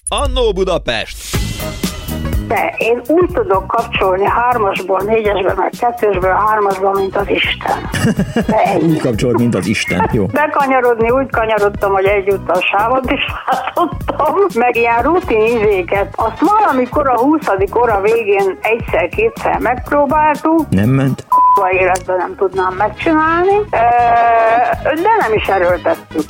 Annó Budapest! De én úgy tudok kapcsolni 3-asból 4-esbe, meg 2-esből 3-asba, mint az Isten. Úgy kapcsolod, mint az Isten, jó. Bekanyarodni úgy kanyarodtam, hogy egyúttal sávot is látottam, meg ilyen rutin izéket. Azt valamikor a 20. óra végén egyszer-kétszer megpróbáltuk. Nem ment? A életben nem tudnám megcsinálni, de nem is erőltettük.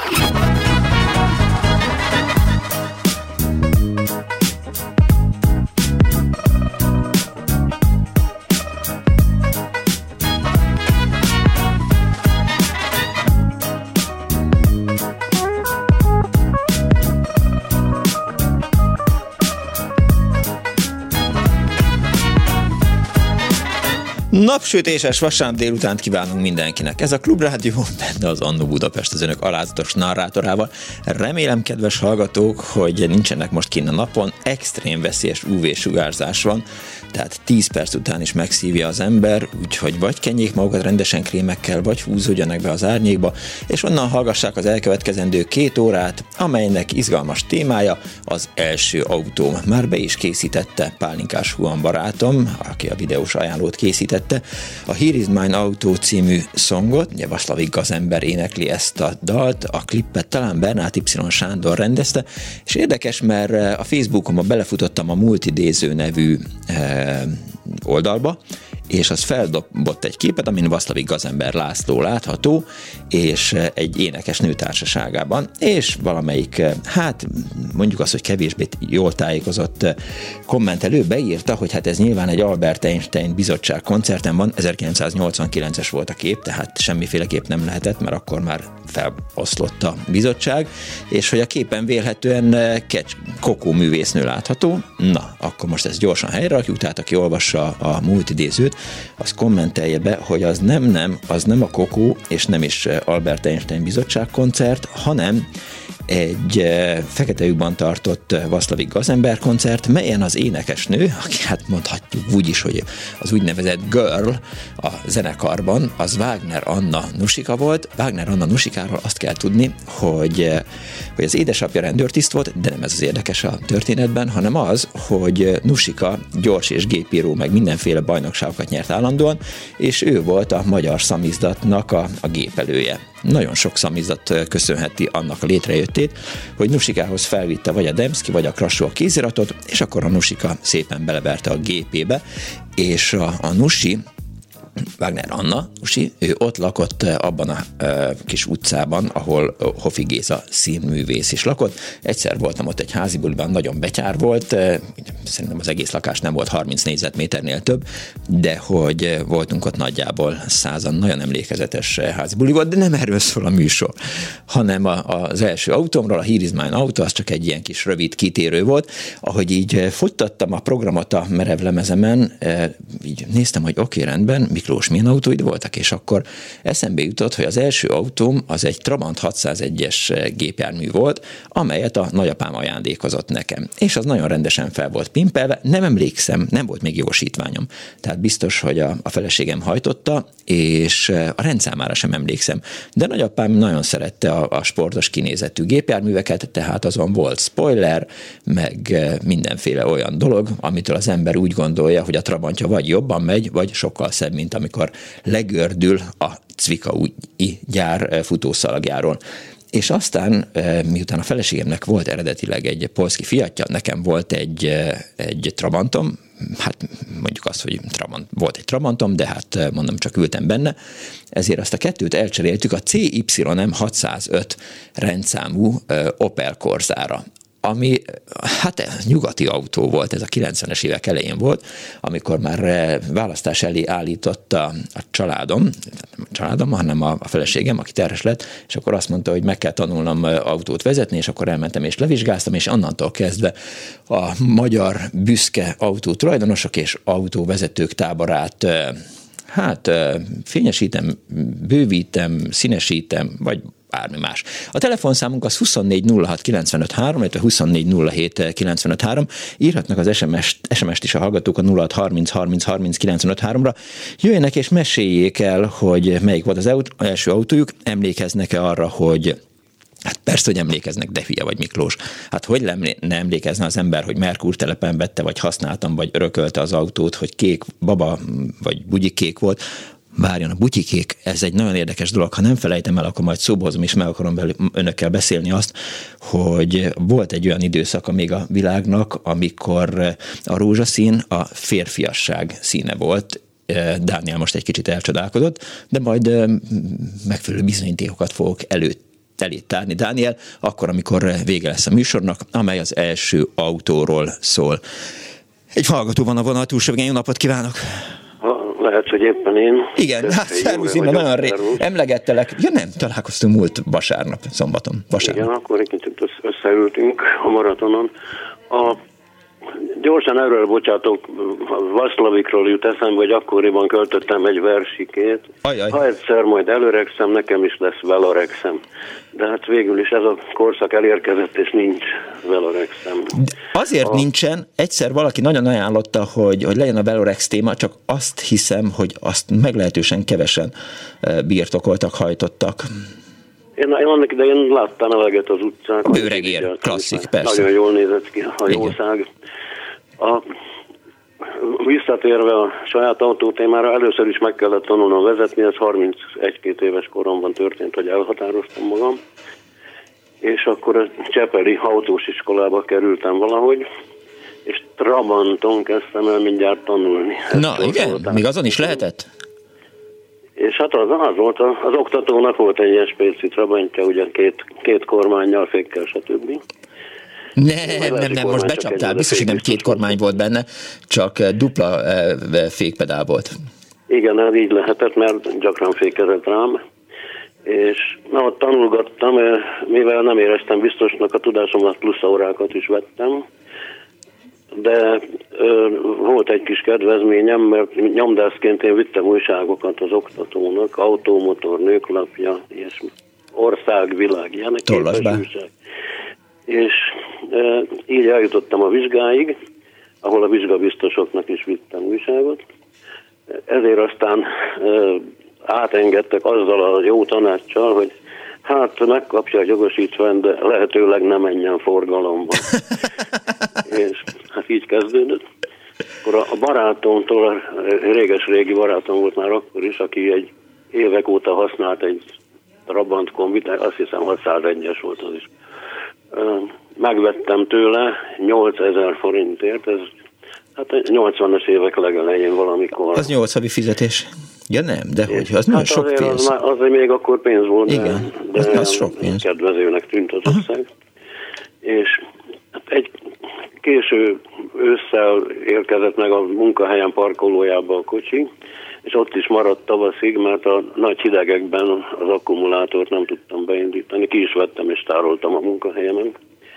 Napsütéses vasárnap délutánt kívánunk mindenkinek. Ez a Klubrádió, benne az Annó Budapest az önök alázatos narrátorával. Remélem, kedves hallgatók, hogy nincsenek most kinn a napon, extrém veszélyes UV-sugárzás van, tehát 10 perc után is megszívja az ember, úgyhogy vagy kenjék magukat rendesen krémekkel, vagy húzódjanak be az árnyékba, és onnan hallgassák az elkövetkezendő 2 órát, amelynek izgalmas témája az első autóm. Már be is készítette Pálinkás Huan barátom, aki a videós ajánlót készítette, a Here is Mine Auto című szongot, ugye Vaszlavik Gazember énekli ezt a dalt, a klippet talán Bernát Y. Sándor rendezte, és érdekes, mert a Facebookon belefutottam a Multidéző nevű oldalba, és az feldobott egy képet, amin Vaszlavik Gazember László látható, és egy énekesnő társaságában, és valamelyik, hát mondjuk azt, hogy kevésbé jól tájékozott kommentelő beírta, hogy hát ez nyilván egy Albert Einstein bizottság koncerten van, 1989-es volt a kép, tehát semmiféleképp nem lehetett, mert akkor már feloszlott a bizottság, és hogy a képen vélhetően Kokó művésznő látható. Na, akkor most ezt gyorsan helyrerakjuk, tehát aki olvassa a Multidézőt, az kommentelje be, hogy az nem a Kokó, és nem is Albert Einstein bizottság koncert, hanem egy fekete lyukban tartott Vaszlavik Gazember koncert, melyen az énekesnő, aki hát mondhatjuk úgy is, hogy az úgynevezett girl a zenekarban, az Wagner Anna Nusika volt. Wagner Anna Nusikáról azt kell tudni, hogy az édesapja rendőrtiszt volt, de nem ez az érdekes a történetben, hanem az, hogy Nusika gyors és gépíró, meg mindenféle bajnokságokat nyert állandóan, és ő volt a magyar szamizdatnak a gépelője. Nagyon sok szamizdat köszönheti annak a létrejöttét, hogy Nusikához felvitte vagy a Demszki, vagy a Krassó a kéziratot, és akkor a Nusika szépen beleverte a gépébe, és a Nusi, Wagner Anna Nusi, ő ott lakott abban a kis utcában, ahol Hofi Géza színművész is lakott. Egyszer voltam ott egy házi buliban, nagyon betyár volt, szerintem az egész lakás nem volt 30 négyzetméternél több, de hogy voltunk ott nagyjából 100-an, nagyon emlékezetes házi buli volt, de nem erről szól a műsor, hanem az első autómról, a Here is Mine Auto, az csak egy ilyen kis rövid kitérő volt. Ahogy így futtattam a programot a merevlemezemen, így néztem, hogy oké, rendben, Miklós, milyen autóid voltak? És akkor eszembe jutott, hogy az első autóm az egy Trabant 601-es gépjármű volt, amelyet a nagyapám ajándékozott nekem. És az nagyon rendesen fel volt pimpelve, nem emlékszem, nem volt még jogosítványom. Tehát biztos, hogy a feleségem hajtotta, és a rendszámára sem emlékszem. De nagyapám nagyon szerette a sportos kinézetű gépjárműveket, tehát azon volt spoiler, meg mindenféle olyan dolog, amitől az ember úgy gondolja, hogy a Trabantja vagy jobban megy, vagy sokkal szebb, mint amikor legördül a Cvika új gyár futószalagjáról. És aztán, miután a feleségemnek volt eredetileg egy polszki Fiatja, nekem volt egy Trabantom, hát mondjuk azt, hogy volt egy Trabantom, de hát mondom, csak ültem benne, ezért azt a kettőt elcseréltük a CYM 605 rendszámú Opel Corsára, ami hát nyugati autó volt, ez a 90-es évek elején volt, amikor már választás elé állította a családom, hanem a feleségem, aki terhes lett, és akkor azt mondta, hogy meg kell tanulnom autót vezetni, és akkor elmentem és levizsgáztam, és onnantól kezdve a magyar büszke autó tulajdonosok és autóvezetők táborát fényesítem, bővítem, színesítem, vagy bármi más. A telefonszámunk az 24 06 95 3, illetve 24 07 95 3. Írhatnak az SMS-t is a hallgatók a 06 30 30 30 95 3-ra. Jöjjenek és meséljék el, hogy melyik volt az első autójuk, emlékeznek-e arra, hogy Hát persze, hogy emlékeznek, de hülye vagy, Miklós. Hát hogy ne emlékezne az ember, hogy Merkur telepen vette, vagy használtam, vagy örökölte az autót, hogy kék baba, vagy bugyikék volt. Várjon, a butyikék, ez egy nagyon érdekes dolog. Ha nem felejtem el, akkor majd szóba hozom, és meg akarom önökkel beszélni azt, hogy volt egy olyan időszaka még a világnak, amikor a rózsaszín a férfiasság színe volt. Dániel most egy kicsit elcsodálkodott, de majd megfelelő bizonyítékokat fogok elét tárni. Dániel, akkor, amikor vége lesz a műsornak, amely az első autóról szól. Egy hallgató van a vonal túlsó, jó napot kívánok! Lehet, hogy éppen én. Igen, hát szervusz, Imre, nagyon emlegettelek. Ja nem, találkoztunk múlt vasárnap, szombaton. Vasárnap. Igen, akkor egy kicsit összeültünk a maratonon. Gyorsan erről bocsátok, Vaszlavikról jut eszembe, hogy akkoriban költöttem egy versikét. Ajaj. Ha egyszer majd előregszem, nekem is lesz velorexem. De hát végül is ez a korszak elérkezett, és nincs velorexem. Azért nincsen, egyszer valaki nagyon ajánlotta, hogy legyen a velorex téma, csak azt hiszem, hogy azt meglehetősen kevesen birtokoltak, hajtottak. Én annak idején láttam eleget az utcán. Bőregér, klasszik, persze. Nagyon jól nézett ki a jószág. Visszatérve a saját autótémára, először is meg kellett tanulnom vezetni, ez 31-2 éves koromban történt, hogy elhatároztam magam, és akkor a csepeli autós iskolába kerültem valahogy, és Trabanton kezdtem el mindjárt tanulni. Na igen, még azon is lehetett? És hát az volt, az oktatónak volt egy ilyen spéci Trabantja, ugye két kormánnyal, fékkel, stb. Nem, most becsaptál, biztos, hogy nem 2 kormány volt benne, csak dupla fékpedál volt. Igen, ez így lehetett, mert gyakran fékezett rám, és ott tanulgattam, mivel nem éreztem biztosnak a tudásomat, plusz órákat is vettem, de volt egy kis kedvezményem, mert nyomdászként én vittem újságokat az oktatónak, autómotor, nőklapja, ilyesmi, ország, világ, ilyenek, képes újság. És így eljutottam a vizsgáig, ahol a vizsgabiztosoknak is vittem újságot. Ezért aztán átengedtek azzal a jó tanáccsal, hogy hát megkapja a jogosítványt, de lehetőleg ne menjen forgalomba. És hát így kezdődött. Akkor a barátomtól, réges-régi barátom volt már akkor is, aki egy évek óta használt egy Trabant kombit, azt hiszem 601-es volt az is. Megvettem tőle 8000 forintért, ez hát 80-as évek legelején valamikor. Az 8 havi fizetés. Ja nem, de hogy az nagyon sok pénz. Az még akkor pénz volt, igen, de az sok pénz. Kedvezőnek tűnt az összeg. És egy késő ősszel érkezett meg a munkahelyen parkolójába a kocsi, és ott is maradt tavaszig, mert a nagy hidegekben az akkumulátort nem tudtam beindítani. Ki is vettem és tároltam a munkahelyemen.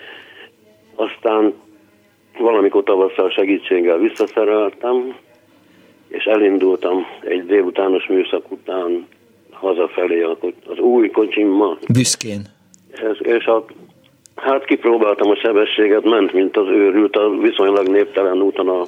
Aztán valamikor tavasszal segítséggel visszaszereltem, és elindultam egy délutános műszak után hazafelé az új kocsimmal. Büszkén. És hát kipróbáltam a sebességet, ment, mint az őrült, a viszonylag néptelen úton a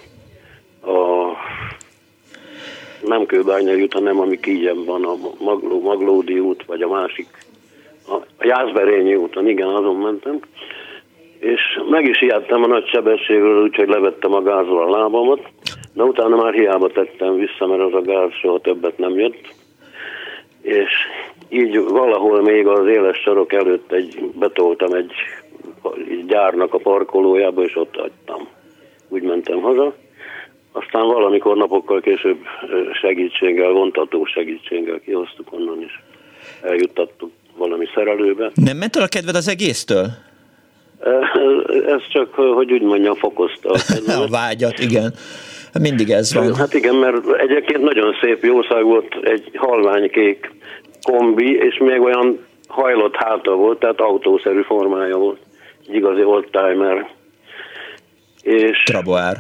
nem Kőbányai út, hanem ami Kígyem van, a Maglódi út, vagy a másik, a Jászberényi úton, igen, azon mentem. És meg is ijedtem a nagy sebességről, úgyhogy levettem a gázról a lábamat, de utána már hiába tettem vissza, mert az a gáz soha többet nem jött. És így valahol még az éles sarok előtt betoltam egy gyárnak a parkolójába, és ott hagytam. Úgy mentem haza. Aztán valamikor napokkal később segítséggel, vontató segítséggel kihoztuk onnan is. Eljuttattuk valami szerelőbe. Nem ment el a kedved az egésztől? Ez csak, hogy úgy mondjam, fokozta a kedvemet. A vágyat, igen. Mindig ez van. Hát igen, mert egyébként nagyon szép jószág volt, egy halványkék kombi, és még olyan hajlott háta volt, tehát autószerű formája volt. Egy igazi oldtimer. És Traboár.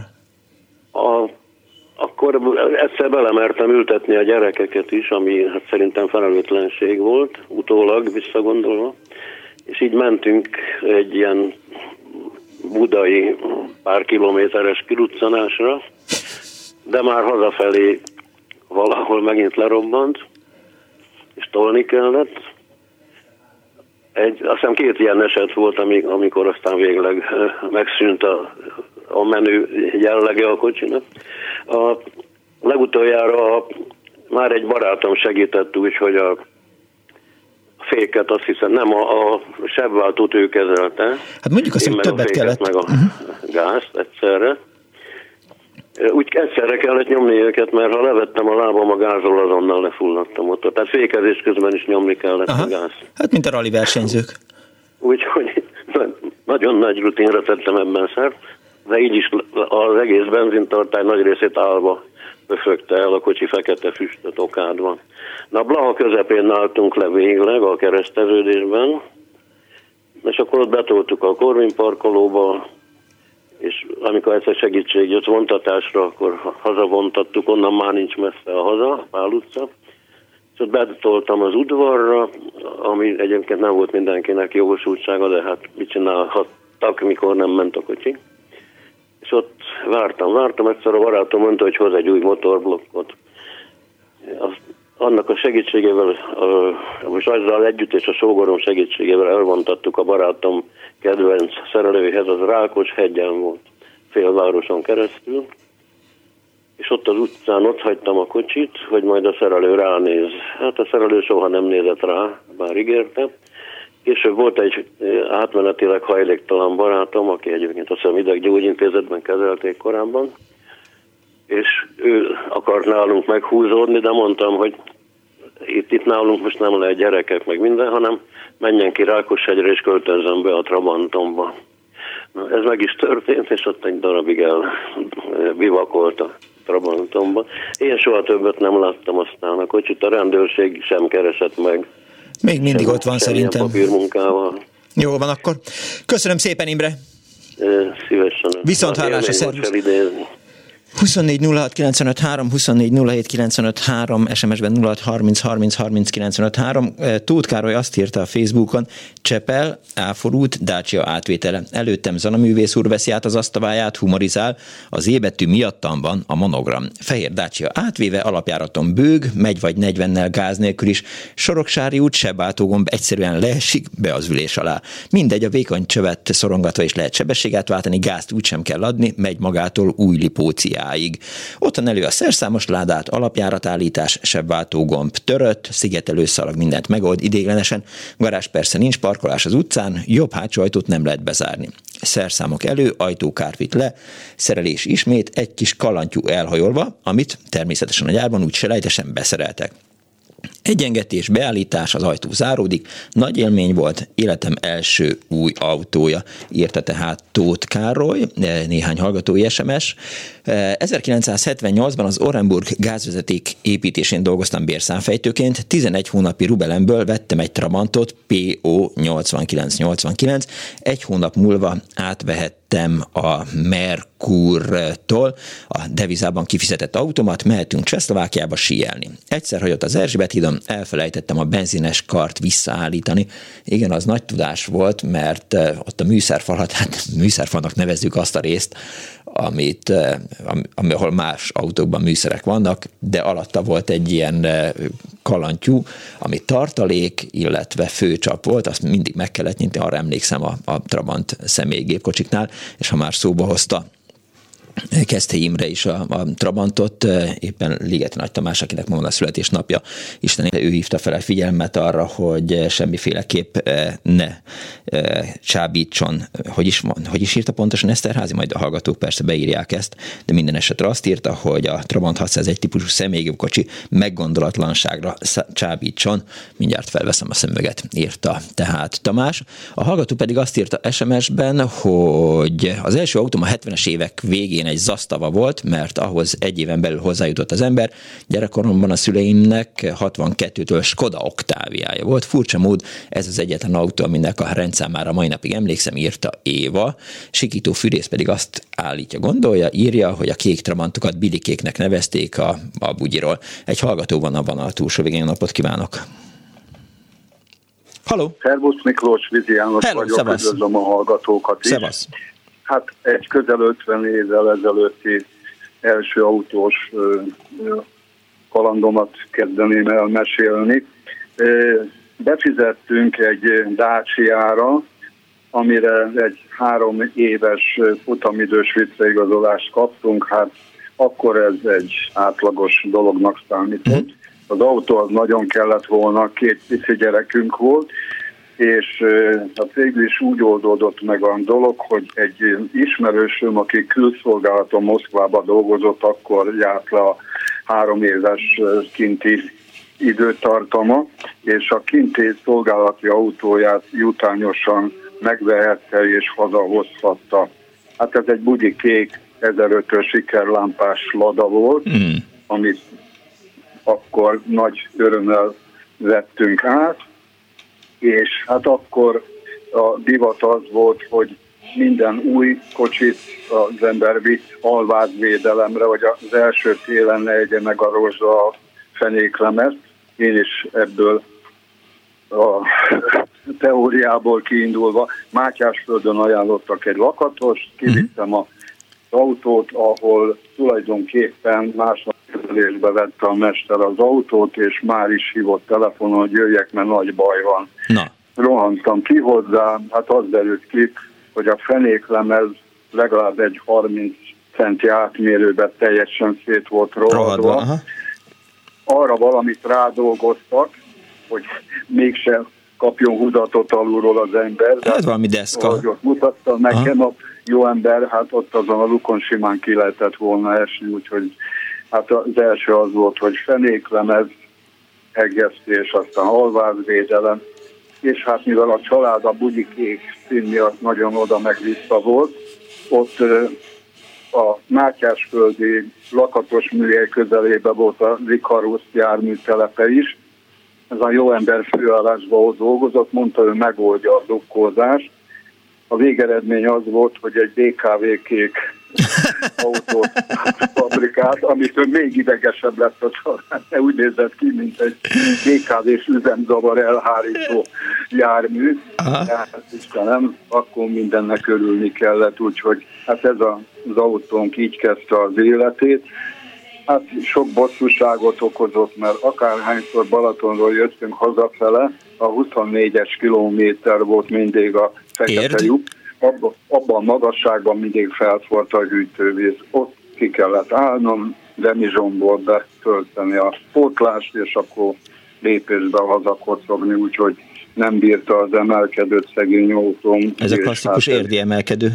Akkor egyszer belemertem ültetni a gyerekeket is, ami hát szerintem felelőtlenség volt, utólag visszagondolva. És így mentünk egy ilyen budai pár kilométeres kiruccanásra, de már hazafelé valahol megint lerobbant, és tolni kellett. azt hiszem 2 ilyen eset volt, amikor aztán végleg megszűnt a menő jellege a kocsinak. A legutoljára már egy barátom segített úgy, hogy a féket, azt hiszem, nem a sebváltót ő kezelte. Hát mondjuk azt, hogy többet kellett. Meg a gázt egyszerre. Úgy egyszerre kellett nyomni őket, mert ha levettem a lábam a gázról, azonnal lefulladtam ott. Tehát fékezés közben is nyomni kellett a gázt. Hát mint a rali versenyzők. Úgyhogy nagyon nagy rutinra tettem ebben szert, de így is az egész benzintartály nagy részét állva befögte el a kocsi fekete füstöt okádva. Na, Blaha közepén álltunk le végleg a kereszteződésben, és akkor ott betoltuk a Korvin parkolóba, és amikor egyszer segítség jött vontatásra, akkor hazavontattuk, onnan már nincs messze a haza, a Pál utca. És ott betoltam az udvarra, ami egyébként nem volt mindenkinek jogosultsága, de hát mit csinálhattak, mikor nem ment a kocsi. És ott vártam, egyszer a barátom mondta, hogy hoz egy új motorblokkot. Annak a segítségével, most azzal együtt és a sógorom segítségével elvontattuk a barátom kedvenc szerelőjéhez, az Rákoshegyen volt, félvároson keresztül, és ott az utcán ott hagytam a kocsit, hogy majd a szerelő ránéz. Hát a szerelő soha nem nézett rá, bár ígérte. Később volt egy átmenetileg hajléktalan barátom, aki egyébként azt hiszem ideggyógyintézetben kezelték korábban, és ő akart nálunk meghúzódni, de mondtam, hogy itt nálunk most nem lehet gyerekek meg minden, hanem menjen ki Rákoshegyre és költözzen be a Trabantomba. Na, ez meg is történt, és ott egy darabig elbivakolt a Trabantomba. Én soha többet nem láttam aztán a kocsit, a rendőrség sem keresett meg. Még mindig ott van szerintem. Papírmunkával. Jó van akkor. Köszönöm szépen, Imre. Szívesen. Viszonthallásra, szervusz. 24 06 95 3, 24 07 95 3, SMS-ben 06 30 30 30 95 3. Tóth Károly azt írta a Facebookon: Csepel, Áforút, Dacia átvétele. Előttem Zanaművész úr veszi át az asztaváját, humorizál, az E betű miattam van a monogram. Fehér Dacia átvéve, alapjáraton bőg, megy vagy 40-nel gáz nélkül is. Soroksári út, sebváltógomb egyszerűen leesik be az ülés alá. Mindegy, a vékony csövet szorongatva is lehet sebességet váltani, gázt úgysem kell adni, megy magától Újlipóciáig. Ottan elő a szerszámos ládát, alapjáratállítás, sebváltógomb törött, szigetelőszalag mindent megold ideiglenesen, garázs persze nincs, parkolás az utcán, jobb hátsó ajtót nem lehet bezárni. Szerszámok elő, ajtókárpit le, szerelés ismét, egy kis kalantyú elhajolva, amit természetesen a gyárban úgy selejtesen beszereltek. Egyengetés, beállítás, az ajtó záródik, nagy élmény volt, életem első új autója, írta tehát Tóth Károly, néhány hallgatói SMS. 1978-ban az Orenburg gázvezeték építésén dolgoztam bérszámfejtőként, 11 hónapi rubelemből vettem egy Trabantot, PO 8989, egy hónap múlva átvehettem a Merkurtól a devizában kifizetett automat, mehetünk Csehszlovákiába síelni. Egyszer hagyott az Erzsébet hídon, elfelejtettem a benzines kart visszaállítani. Igen, az nagy tudás volt, mert ott a műszerfalat, hát műszerfalnak nevezzük azt a részt, ahol más autókban műszerek vannak, de alatta volt egy ilyen kalantyú, ami tartalék, illetve főcsap volt, azt mindig meg kellett nyitni, arra emlékszem a Trabant személygépkocsiknál, és ha már szóba hozta Keszthelyi Imre is a Trabantot, éppen Ligeti Nagy Tamás, akinek ma van a születésnapja, Isten, ő hívta fel a figyelmet arra, hogy semmiféleképp ne csábítson, hogy is írta pontosan Eszterházy, majd a hallgatók persze beírják ezt, de minden esetre azt írta, hogy a Trabant 601 típusú személygépkocsi meggondolatlanságra csábítson, mindjárt felveszem a szemüveget, írta tehát Tamás. A hallgató pedig azt írta SMS-ben, hogy az első autóm a 70-es évek végén egy Zastava volt, mert ahhoz egy éven belül hozzájutott az ember. Gyerekkoromban a szüleimnek 62-től Skoda Oktáviája volt. Furcsa mód, ez az egyetlen autó, aminek a rendszámára mai napig emlékszem, írta Éva. Sikító Fűrész pedig azt állítja, gondolja, írja, hogy a kék Trabantokat Bilikéknek nevezték a bugyiról. Egy hallgató van a túlsó végén, napot kívánok! Halló! Szervusz, Miklós, Vizi János vagyok, üdvözlöm a hallgatókat is. Szevasz. Hát egy közel 50 évvel ezelőtti első autós kalandomat kezdeném elmesélni. befizettünk egy Dacia-ra, amire egy 3 éves futamidős visszaigazolást kaptunk, hát akkor ez egy átlagos dolognak számított. Az autó az nagyon kellett volna, 2 pici gyerekünk volt, és hát végül is úgy oldódott meg a dolog, hogy egy ismerősöm, aki külszolgálaton Moszkvába dolgozott, akkor járt le a 3 éves kinti időtartama, és a kinti szolgálati autóját jutányosan megvehette és hazahozhatta. Hát ez egy bugyi kék 1005-ös sikerlámpás Lada volt, amit akkor nagy örömmel vettünk át, és hát akkor a divat az volt, hogy minden új kocsit az ember vitt alvázvédelemre, vagy az első télen ne egye meg a rozsda fenéklemezt. Én is ebből a teóriából kiindulva Mátyásföldön ajánlottak egy lakatost, kivittem az autót, ahol tulajdonképpen másnap kezelésbe vette a mester az autót, és már is hívott telefonon, hogy jöjjek, mert nagy baj van. Na. Rohantam ki hozzá, hát az derült ki, hogy a fenéklemez legalább egy 30 centi átmérőben teljesen szét volt rohadva. Arra valamit rádolgoztak, hogy mégsem kapjon húzatot alulról az ember. Ez valami deszka. Ahogy ott mutatta nekem a jó ember, hát ott azon a lukon simán ki lehetett volna esni, úgyhogy hát az első az volt, hogy fenéklemez, hegesztés, aztán alvázvédelem, és hát mivel a család a bugyi kék szín miatt nagyon oda meg vissza volt, ott a Mátyásföldi lakatos műhely közelében volt a Vikarus járműtelepe is. Ez a jó ember főállásban dolgozott, mondta, ő megoldja a dukkózást. A végeredmény az volt, hogy egy BKV kék autót fabrikált, amitől még idegesebb lett a család. Úgy nézett ki, mint egy BKV-s üzemzavar elhárító jármű. Hát Istenem, akkor mindennek örülni kellett, úgyhogy hát ez az autónk így kezdte az életét. Hát sok bosszúságot okozott, mert akárhányszor Balatonról jöttünk hazafele, a 24-es kilométer volt mindig a fekete lyuk. Abban a magasságban mindig felforrt a hűtővíz. Ott ki kellett állnom, demizsomból betölteni a pótlást, és akkor lépésbe hazakocogni, úgyhogy nem bírta az emelkedőt szegény autóm. Ez a klasszikus érdi emelkedő.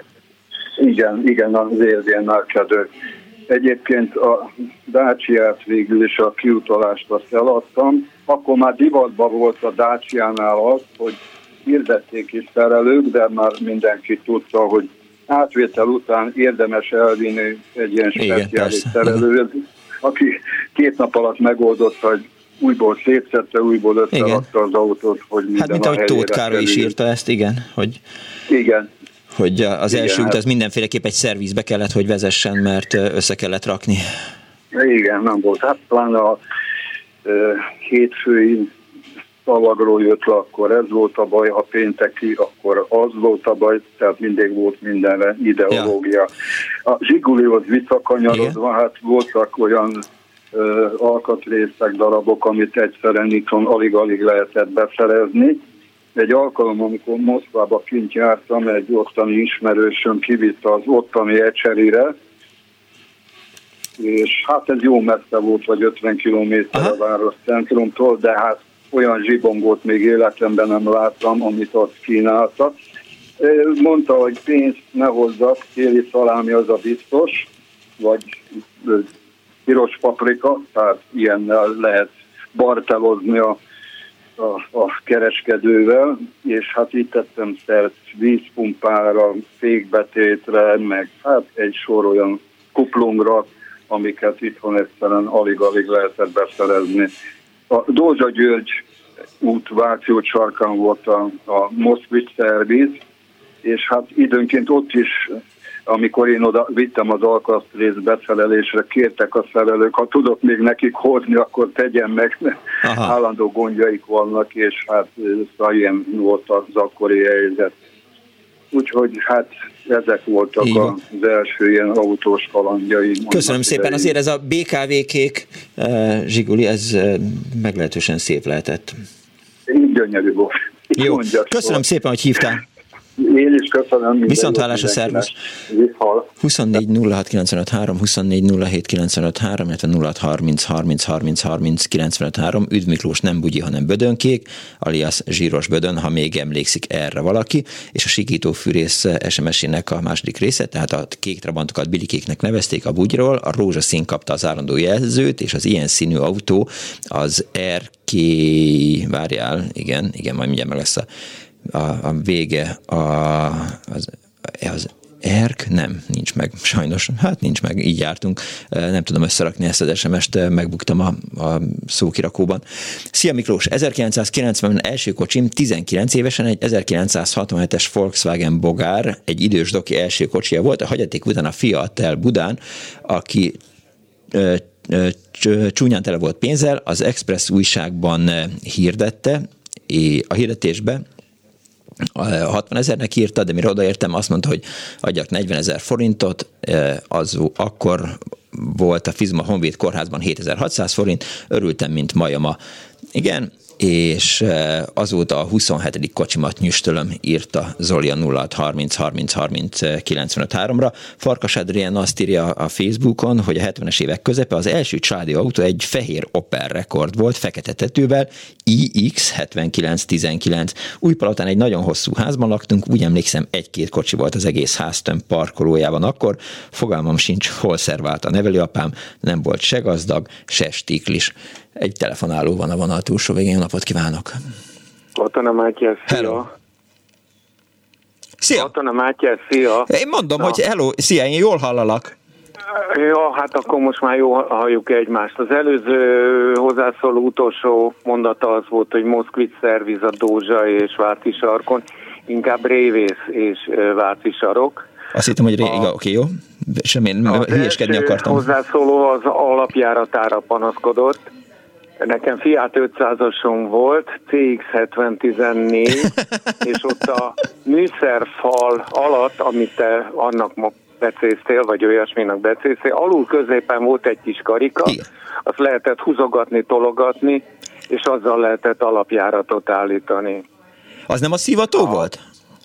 Igen, az érdi emelkedő. Egyébként a Dacia-t végül is a kiutalást azt eladtam. Akkor már divatban volt a Dacia-nál az, hogy hirdették is szerelők, de már mindenki tudta, hogy átvétel után érdemes elvinni egy ilyen speciális szerelőt, aki 2 nap alatt megoldotta, hogy újból szétszette, újból összerakta az autót, hogy minden hát, mint ahogy Tóth Károly is írta ezt, hogy az első út az mindenféleképp egy szervizbe kellett, hogy vezessen, mert össze kellett rakni. Igen, nem volt. Hát pláne a hétfői szalagról jött le, akkor ez volt a baj, a pénteki, akkor az volt a baj, tehát mindig volt mindenre ideológia. Ja. A Zsigulihoz visszakanyarodva, hát voltak olyan alkatrészek, darabok, amit egyszerűen itthon alig-alig lehetett beszerezni. Egy alkalom, amikor Moszkvába kint jártam, egy ottani ismerősöm kivitt az ottani Ecserire, és hát ez jó messze volt, vagy 50 kilométer a város centrumtól, de hát olyan zsibongót még életemben nem láttam, amit ott kínáltak. Mondta, hogy pénzt ne hozzak, téli szalámi az a biztos, vagy piros paprika, tehát ilyennel lehet bartelozni a kereskedővel, és hát itt tettem szert vízpumpára, fékbetétre, meg hát egy sor olyan kuplungra, amiket itthon egyszerűen alig-alig lehetett beszerezni. A Dózsa György út Váció sarkán volt a Moszkvics szerviz, és hát időnként ott is, amikor én oda vittem az alkatrész beszerelésre, kértek a szerelők, ha tudok még nekik hozni, akkor tegyen meg, állandó gondjaik vannak, és hát ilyen volt az akkori helyzet. Úgyhogy hát ezek voltak az első ilyen autós kalandjai. Köszönöm szépen, azért ez a BKV kék Zsiguli, ez meglehetősen szép lehetett. gyönyörű volt. Jó, köszönöm szépen, hogy hívtál. Én is köszönöm. Viszonthallásra, szervusz. 24 06 95 3, 24 07 95 3, illetve 06 30 30 30 30 95 3. Üdv Miklós, nem bugyi, hanem bödönkék, alias zsíros bödön, ha még emlékszik erre valaki, és a sikítófűrész SMS-ének a második része, tehát a kék trabantokat bilikéknek nevezték a bugyról, a rózsaszín kapta az állandó jelzőt, és az ilyen színű autó az RK, várjál, igen, majd mindjárt meg lesz a vége, az ERK, nem, nincs meg, sajnos, hát nincs meg, így jártunk, nem tudom összerakni ezt az SMS-t, megbuktam a szókirakóban. Szia Miklós, 1990-ben első kocsim, 19 évesen egy 1967-es Volkswagen Bogár, egy idős doki első kocsija volt, a hagyaték után a fia adta el Budán, aki csúnyán tele volt pénzzel, az Express újságban hirdette, a hirdetésbe 60 000-nek írta, de mire odaértem, azt mondta, hogy adjak 40 000 forintot, akkor volt a Fizma Honvéd kórházban 7600 forint, örültem, mint majama. Igen, és azóta a 27. kocsimat nyüstölöm, írta Zoli a 06 30 30 30 95 3-ra. Farkas Adrián azt írja a Facebookon, hogy a 70-es évek közepe az első családi autó egy fehér Opel Rekord volt, fekete tetővel, iX 7919. Újpalotán egy nagyon hosszú házban laktunk, úgy emlékszem, 1-2 kocsi volt az egész háztömb parkolójában akkor, fogalmam sincs, hol szervált a nevelőapám, nem volt se gazdag, se stiklis. Egy telefonáló van a vonal túlsó végén, napot kívánok! Katona Mátyás, szia! Hello. Szia! Katona Mátyás, szia! Én mondom, hogy hello, szia, én jól hallalak. Ja, hát akkor most már jól halljuk egymást. Az előző hozzászóló utolsó mondata az volt, hogy Moszkvic szerviz a Dózsa és Váci sarkon, inkább Révész és Váci sarok. Azt hittem, hogy oké, jó. Semmilyen hülyeskedni akartam. Az hozzászóló az alapjáratára panaszkodott. Nekem Fiat 500-asom volt, CX-7014, és ott a műszerfal alatt, amit te annak ma becéztél, vagy olyasminak becéztél, alul középen volt egy kis karika, azt lehetett húzogatni, tologatni, és azzal lehetett alapjáratot állítani. Az nem a szivató volt?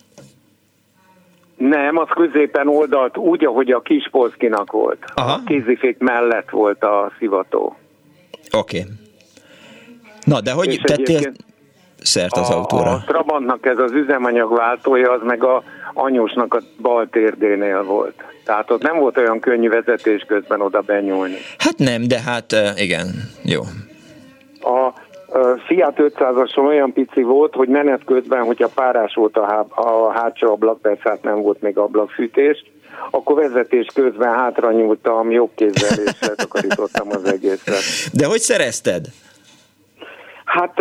Nem, az középen oldalt úgy, ahogy a Kispolszkinak volt. Aha. A kézifék mellett volt a szivató. Oké. Na, de hogy tettél szert az autóra? A Trabantnak ez az üzemanyagváltója, az meg a anyósnak a bal térdénél volt. Tehát ott nem volt olyan könnyű vezetés közben oda benyúlni. Hát nem, de hát igen, jó. A Fiat 500-ason olyan pici volt, hogy menet közben, hogyha párás volt a hátsó ablak, persze hát nem volt még ablakfűtés, akkor vezetés közben hátra nyúltam jobb kézzel, és letakarítottam az egészet. De hogy szerezted? Hát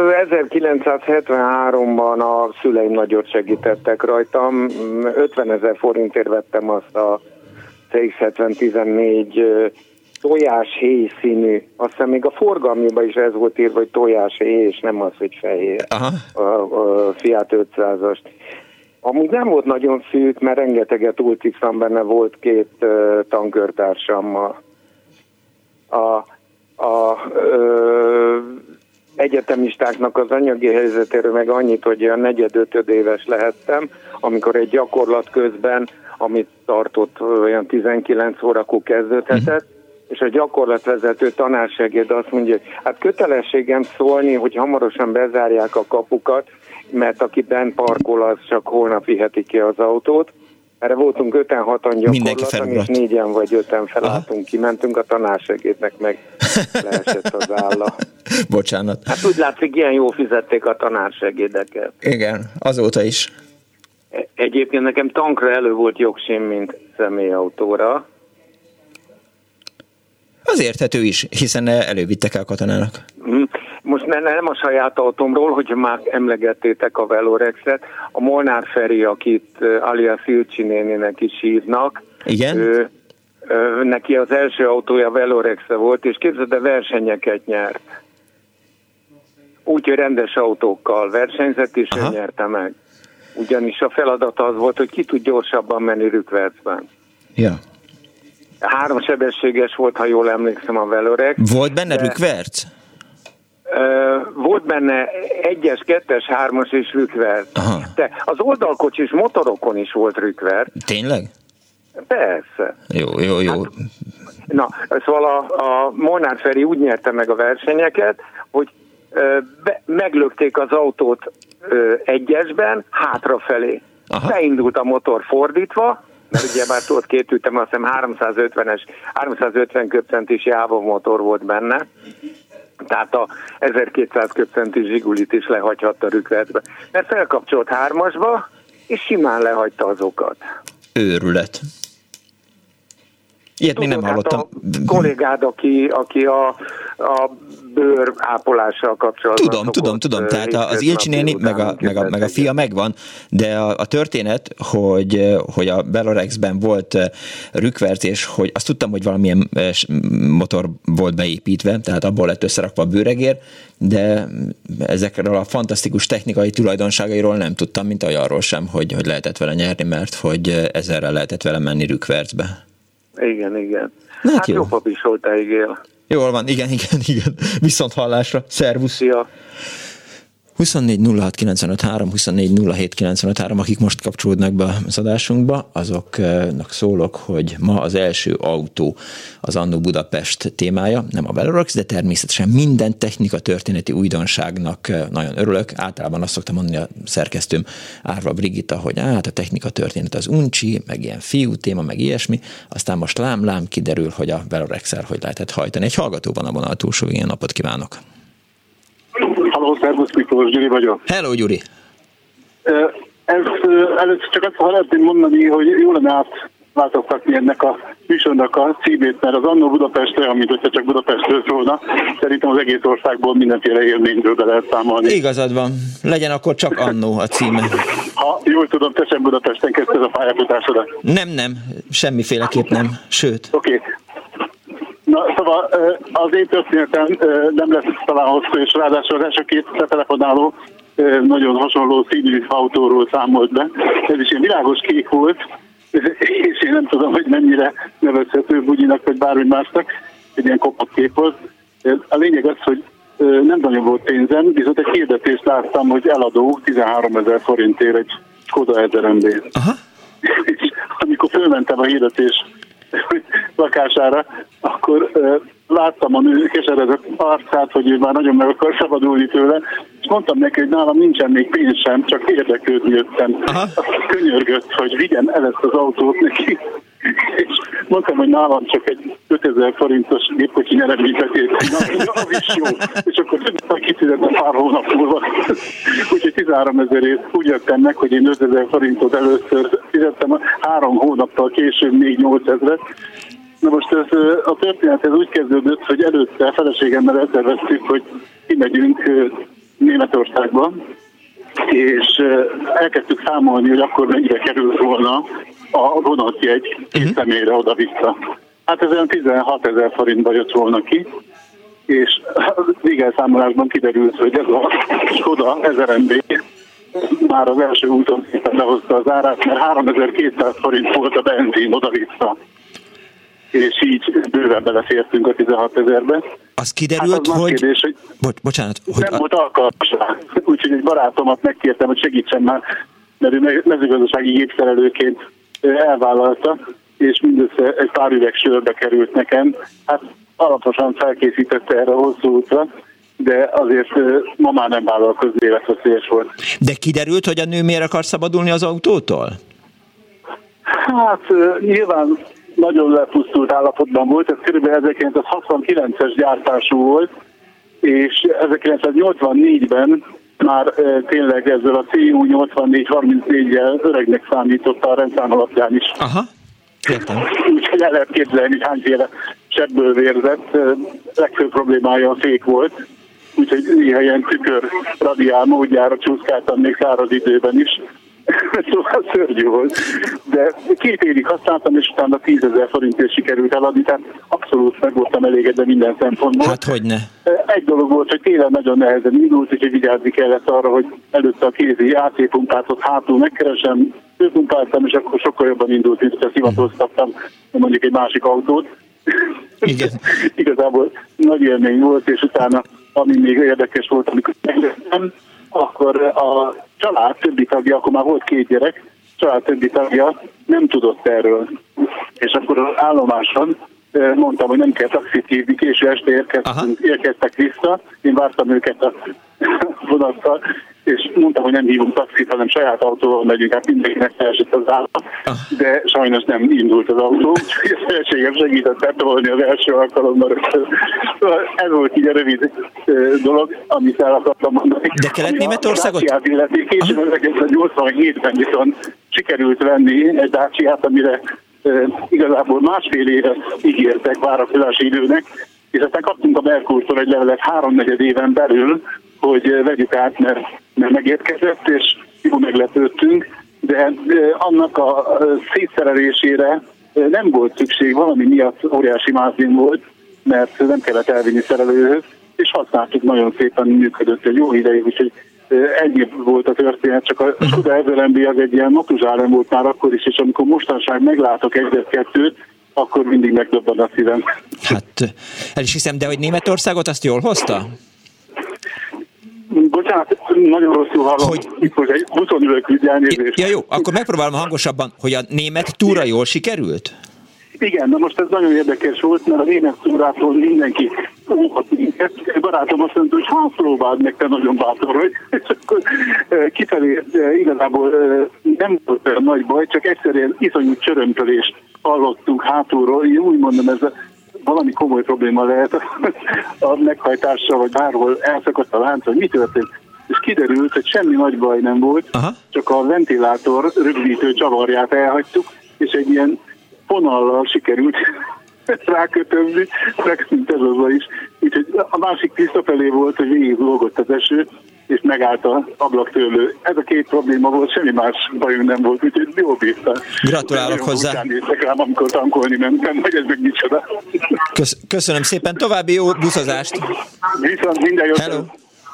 1973-ban a szüleim nagyot segítettek rajtam. 50 000 forintért vettem azt a CX-7014 tojáshéj színű. Azt hiszem még a forgalmiban is ez volt írva, hogy tojáshéj, és nem az, hogy fehér. A Fiat 500-ast. Amúgy nem volt nagyon szűk, mert rengeteget ultixam benne, volt 2 tankőrtársammal. Egyetemistáknak az anyagi helyzetéről meg annyit, hogy olyan 4-5 éves lehettem, amikor egy gyakorlat közben, amit tartott olyan 19 órakor kezdődhetett, és a gyakorlatvezető tanársegéd azt mondja, hogy hát kötelességem szólni, hogy hamarosan bezárják a kapukat, mert aki bent parkol, az csak holnap viheti ki az autót. Erre voltunk 5-6-an gyakorlaton, és 4-en vagy 5-en felálltunk, kimentünk, a tanársegédnek meg leesett az álla. Bocsánat. Hát úgy látszik, ilyen jól fizették a tanársegédeket. Igen, azóta is. Egyébként nekem tankra elő volt jogsim, mint személyautóra. Az érthető is, hiszen elővittek el katonának. Most nem a saját autómról, hogyha már emlegettétek a Velorexet, a Molnár Feri, akit alias Ilcsi néninek is hívnak. Igen? Neki az első autója Velorexe volt, és képzeld, de versenyeket nyert. Úgyhogy rendes autókkal versenyzett, és ő nyerte meg. Ugyanis a feladat az volt, hogy ki tud gyorsabban menni rükvercben. Ja. 3 sebességes volt, ha jól emlékszem, a Velorex. Volt benne rükverc? volt benne 1-es, 2-es, 3-as és rükver. De az oldalkocsis motorokon is volt rükver. Tényleg? Persze. Jó. Hát, na, szóval a Molnár Feri úgy nyerte meg a versenyeket, hogy meglökték az autót 1-esben hátrafelé. Beindult a motor fordítva, mert ugye már tudod, két ütem, azt hiszem 350 köbcentis Jávor motor volt benne, tehát a 1200 köbcentis Zsigulit is lehagyhatta rükverbe. Mert felkapcsolt 3-asba, és simán lehagyta azokat. Őrület. Ilyet még nem hallottam. Hát a kollégád, aki a bőr ápolással kapcsolatban Tudom. Tehát az Ilcsi néni, meg a fia megvan, de a történet, hogy a Velorexben volt rükvertés, hogy azt tudtam, hogy valamilyen motor volt beépítve, tehát abból lett összerakva a bőregér, de ezekről a fantasztikus technikai tulajdonságairól nem tudtam, mint arról sem, hogy lehetett vele nyerni, mert hogy ezerrel lehetett vele menni rükvercbe. Igen. Hát jó papisoltáig él. Jól van, igen. Viszont hallásra. Szervusz. Szia. 24 06 95 3, 24 07 95 3, akik most kapcsolódnak be az adásunkba, azoknak szólok, hogy ma az első autó az Anno Budapest témája, nem a Velorex, de természetesen minden technika történeti újdonságnak nagyon örülök. Általában azt szoktam mondani a szerkesztőm Árva Brigitta, hogy a technika történet az uncsi, meg ilyen fiú téma, meg ilyesmi, aztán most lám kiderül, hogy a Velorex-el hogy lehetett hajtani. Egy hallgató van a vonal túlsó végén, napot kívánok! Halló, szervusz, Miklós, Gyuri vagyok. Hello, Gyuri. Először csak azt szeretném mondani, hogy jó lenne átváltoztatni ennek a műsornak a címét, mert az Anno Budapest olyan, mint hogyha csak Budapestről szólna. Szerintem az egész országból mindenféle élményből be lehet számolni. Igazad van. Legyen akkor csak Anno a címe. Ha jól tudom, te sem Budapesten kezdted a pályafutásodat. Nem. Semmiféleképp nem. Sőt. Oké. Na, szóval az én történetem nem lesz talán hosszú, és ráadásul az első két telefonáló nagyon hasonló színű autóról számolt be. Ez is ilyen világos kék volt, és én nem tudom, hogy mennyire nevezhető bugyinak, vagy bármi másnak, egy ilyen kopott kép volt. A lényeg az, hogy nem nagyon volt pénzem, viszont egy hirdetést láttam, hogy eladó 13 000 forintért egy Skoda 1000 MB. És amikor fölmentem a hirdetés lakására, akkor láttam a nő keseredett arcát, hogy ő már nagyon meg akar szabadulni tőle, és mondtam neki, hogy nálam nincsen még pénz sem, csak érdeklődni jöttem. Azt könyörgött, hogy vigyen el ezt az autót neki. És mondtam, hogy nálam csak egy 5000 forintos gépkocsi nyereményzetét. Na, az is jó. És akkor kifizettem pár hónap múlva. Úgyhogy 13 000-ért úgy jöttem meg, hogy én 5000 forintot először fizettem, 3 hónappal később még 8000-et. Na most a történet ez úgy kezdődött, hogy előtte a feleségemmel elterveztük, hogy kimegyünk Németországba, és elkezdtük számolni, hogy akkor mennyire került volna a vonatjegy két személyre oda-vissza. Hát ez olyan 16 000 forintba jött volna ki, és végelszámolásban kiderült, hogy ez a Skoda 1000 MB már az első úton szépen lehozta az árát, mert 3200 forint volt a benzin oda-vissza. És így bőven belefértünk a 16 000-be. Az kiderült, hát az hogy... Kérdés, hogy bocsánat. Hogy nem volt alkalmas rá. Úgyhogy egy barátomat megkértem, hogy segítsen már, mert ő mezőgazdasági gépszerelőként elvállalta, és mindössze egy pár üveg sörbe került nekem. Hát alaposan felkészítette erre a hosszú útra, de azért ma már nem vállalkozni, életveszélyes volt. De kiderült, hogy a nő miért akar szabadulni az autótól? Hát nyilván nagyon lepusztult állapotban volt, ez kb. 1969-es gyártású volt, és 1984-ben már tényleg ezzel a CU 84-34-jel öregnek számította a rendszám alapján is. Aha, értem. Úgyhogy el lehet képzelni, hogy hányféle sebből vérzett, legfőbb problémája a fék volt, úgyhogy néha ilyen tükör radiál módjára csúszkáltam még száraz időben is. Szóval szörnyű volt. De 2 évig használtam, és utána 10 000 forintért sikerült eladni, tehát abszolút meg voltam elégedve minden szempontból. Hát hogyne. Egy dolog volt, hogy télen nagyon nehezen indult, úgyhogy vigyázni kellett arra, hogy előtte a kézi AC pumpátot hátul megkeresem, főpumpáltam, és akkor sokkal jobban indult, mint hogyha szivatoztattam mondjuk egy másik autót. Igen. Igazából nagy élmény volt, és utána ami még érdekes volt, amikor meglettem, akkor a család többi tagja, akkor már volt 2 gyerek, család többi tagja nem tudott erről. És akkor az állomáson mondtam, hogy nem kell taxit hívni, késő este érkeztek vissza, én vártam őket a vonattal, és mondtam, hogy nem hívunk taxit, hanem saját autóval megyünk, hát mindenkinek felesett az állam, de sajnos nem indult az autó, úgyhogy a feleségem segített betolni az első alkalommal. Ez volt így a rövid dolog, amit el akartam mondani. De Kelet-Németországot? Később 1987-ben viszont sikerült venni egy Daciát, amire igazából másfél éve ígértek várakozási időnek, és aztán kaptunk a Merkurtól egy levelet 3-4 éven belül, hogy vegyük át, mert megérkezett, és jó meglepődtünk, de annak a szétszerelésére nem volt szükség, valami miatt óriási mázlim volt, mert nem kellett elvinni szerelőhöz, és használtuk, nagyon szépen működött egy jó ideig, úgyhogy ennyi volt a történet, csak a Skoda Evelembi az egy ilyen matuzsálem volt már akkor is, és amikor mostanság meglátok 1-2-t, akkor mindig megdobban a szívem. Hát el is hiszem, de hogy Németországot azt jól hozta? Bocsánat, nagyon rosszul hallom, hogy egy 25 elnézést. Ja jó, akkor megpróbálom hangosabban, hogy a német túra jól sikerült? Igen, de most ez nagyon érdekes volt, mert a német túrától mindenki egy barátom azt mondta, hogy próbáld meg, te nagyon bátor vagy. És akkor kifelé igazából nem volt olyan nagy baj, csak egyszerűen iszonyú csörömpölést hallottunk hátulról. Én úgy mondom, ez valami komoly probléma lehet a meghajtással, vagy bárhol elszakadt a lánc, vagy mi történt. És kiderült, hogy semmi nagy baj nem volt, csak a ventilátor rögzítő csavarját elhagytuk, és egy ilyen fonallal sikerült rákötözni, megszűnt ez az is. Úgyhogy a másik visszafelé volt, hogy végig lógott az eső, és megállt az ablaktörlő. Ez a 2 probléma volt, semmi más bajunk nem volt, úgyhogy jól bírtam. Gratulálok hozzá. Után néztek rám, amikor tankolni mentem, hogy ez meg micsoda. Köszönöm szépen, további jó buszozást. Viszont minden jót. Hello.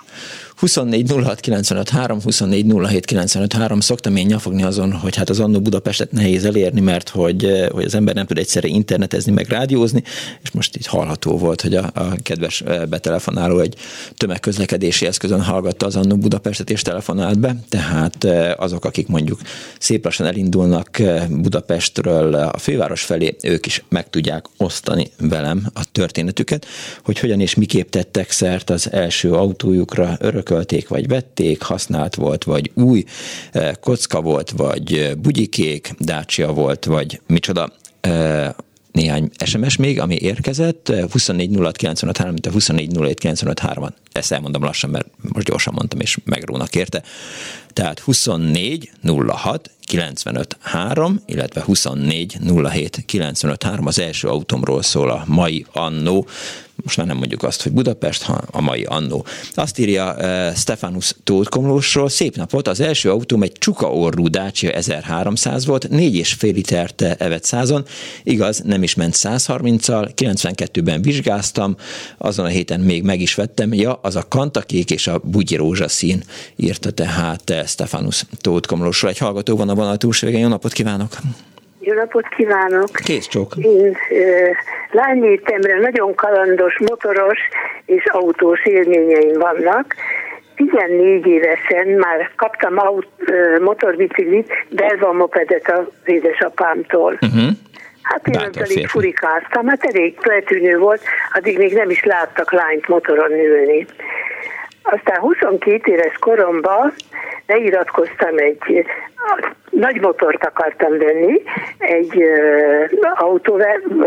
24 06 95 3, 24 07 95 3. Szoktam én nyafogni azon, hogy hát az Annó Budapestet nehéz elérni, mert hogy az ember nem tud egyszerre internetezni, meg rádiózni, és most így hallható volt, hogy a kedves betelefonáló egy tömegközlekedési eszközön hallgatta az Annó Budapestet és telefonált be, tehát azok, akik mondjuk szép lassan elindulnak Budapestről a főváros felé, ők is meg tudják osztani velem a történetüket, hogy hogyan és miképp tettek szert az első autójukra, örökölték, vagy vették, használt volt, vagy új, kocka volt, vagy bugyikék, Dacia volt, vagy micsoda, néhány SMS még, ami érkezett, 24 06 95 3, mint a 24 07 95 3-an. Ezt elmondom lassan, mert most gyorsan mondtam, és megrónak érte. Tehát 24 06 95 3, illetve 24 07 95 3, az első autómról szól a mai Annó. Most már nem mondjuk azt, hogy Budapest, ha a mai Annó. Azt írja Stefanus Tóth Komlósról: szép napot, az első autóm egy csukaorrú Dacia 1300 volt, 4,5 litert evett 100-on, igaz, nem is ment 130-al, 92-ben vizsgáztam, azon a héten még meg is vettem, ja, az a kantakék és a bugyi rózsaszín, írta tehát Stefanus Tóth Komlósról. Egy hallgató van a vonal túlsó végén. Jó napot kívánok! Jó napot kívánok! Kész csók! Én lánylétemre nagyon kalandos, motoros és autós élményeim vannak. 14 évesen már kaptam motorbiciklit, belva mopedet az édesapámtól. Hát én azzal így furikáztam, hát elég feltűnő volt, addig még nem is láttak lányt motoron ülni. Aztán 22 éves koromban beiratkoztam egy nagy motort akartam venni, egy autó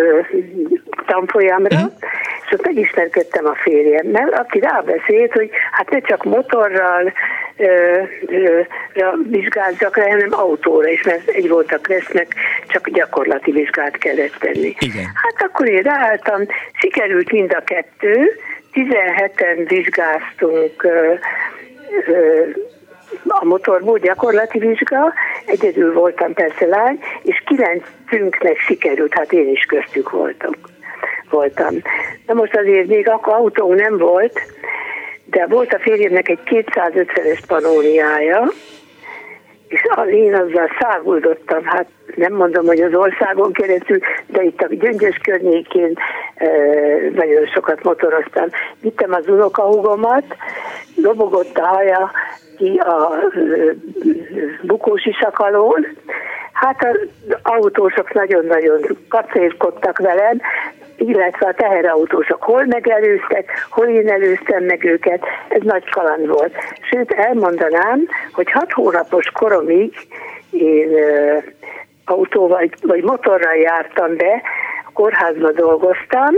tanfolyamra, és ott megismerkedtem a férjemmel, aki rábeszélt, hogy hát ne csak motorral vizsgázzak le, hanem autóra is, mert egy volt a Kresznek, csak gyakorlati vizsgát kellett tenni. Igen. Hát akkor én ráálltam, sikerült mind a 2, 17-en vizsgáztunk a motorból, gyakorlati vizsga, egyedül voltam persze lány, és 9-ünknek sikerült, hát én is köztük voltam. Na most azért még akkor autó nem volt, de volt a férjemnek egy 250-es Pannoniája, és én azzal száguldottam, hát nem mondom, hogy az országon keresztül, de itt a Gyöngyös környékén nagyon sokat motoroztam. Vittem az unokahúgomat, dobogott a haja ki a bukósisak alól, hát az autósok nagyon-nagyon kacérkodtak velem, illetve a teherautósok hol megelőztek, hol én előztem meg őket, ez nagy kaland volt. Sőt, elmondanám, hogy 6 hónapos koromig én autóval vagy motorral jártam be, a kórházba dolgoztam,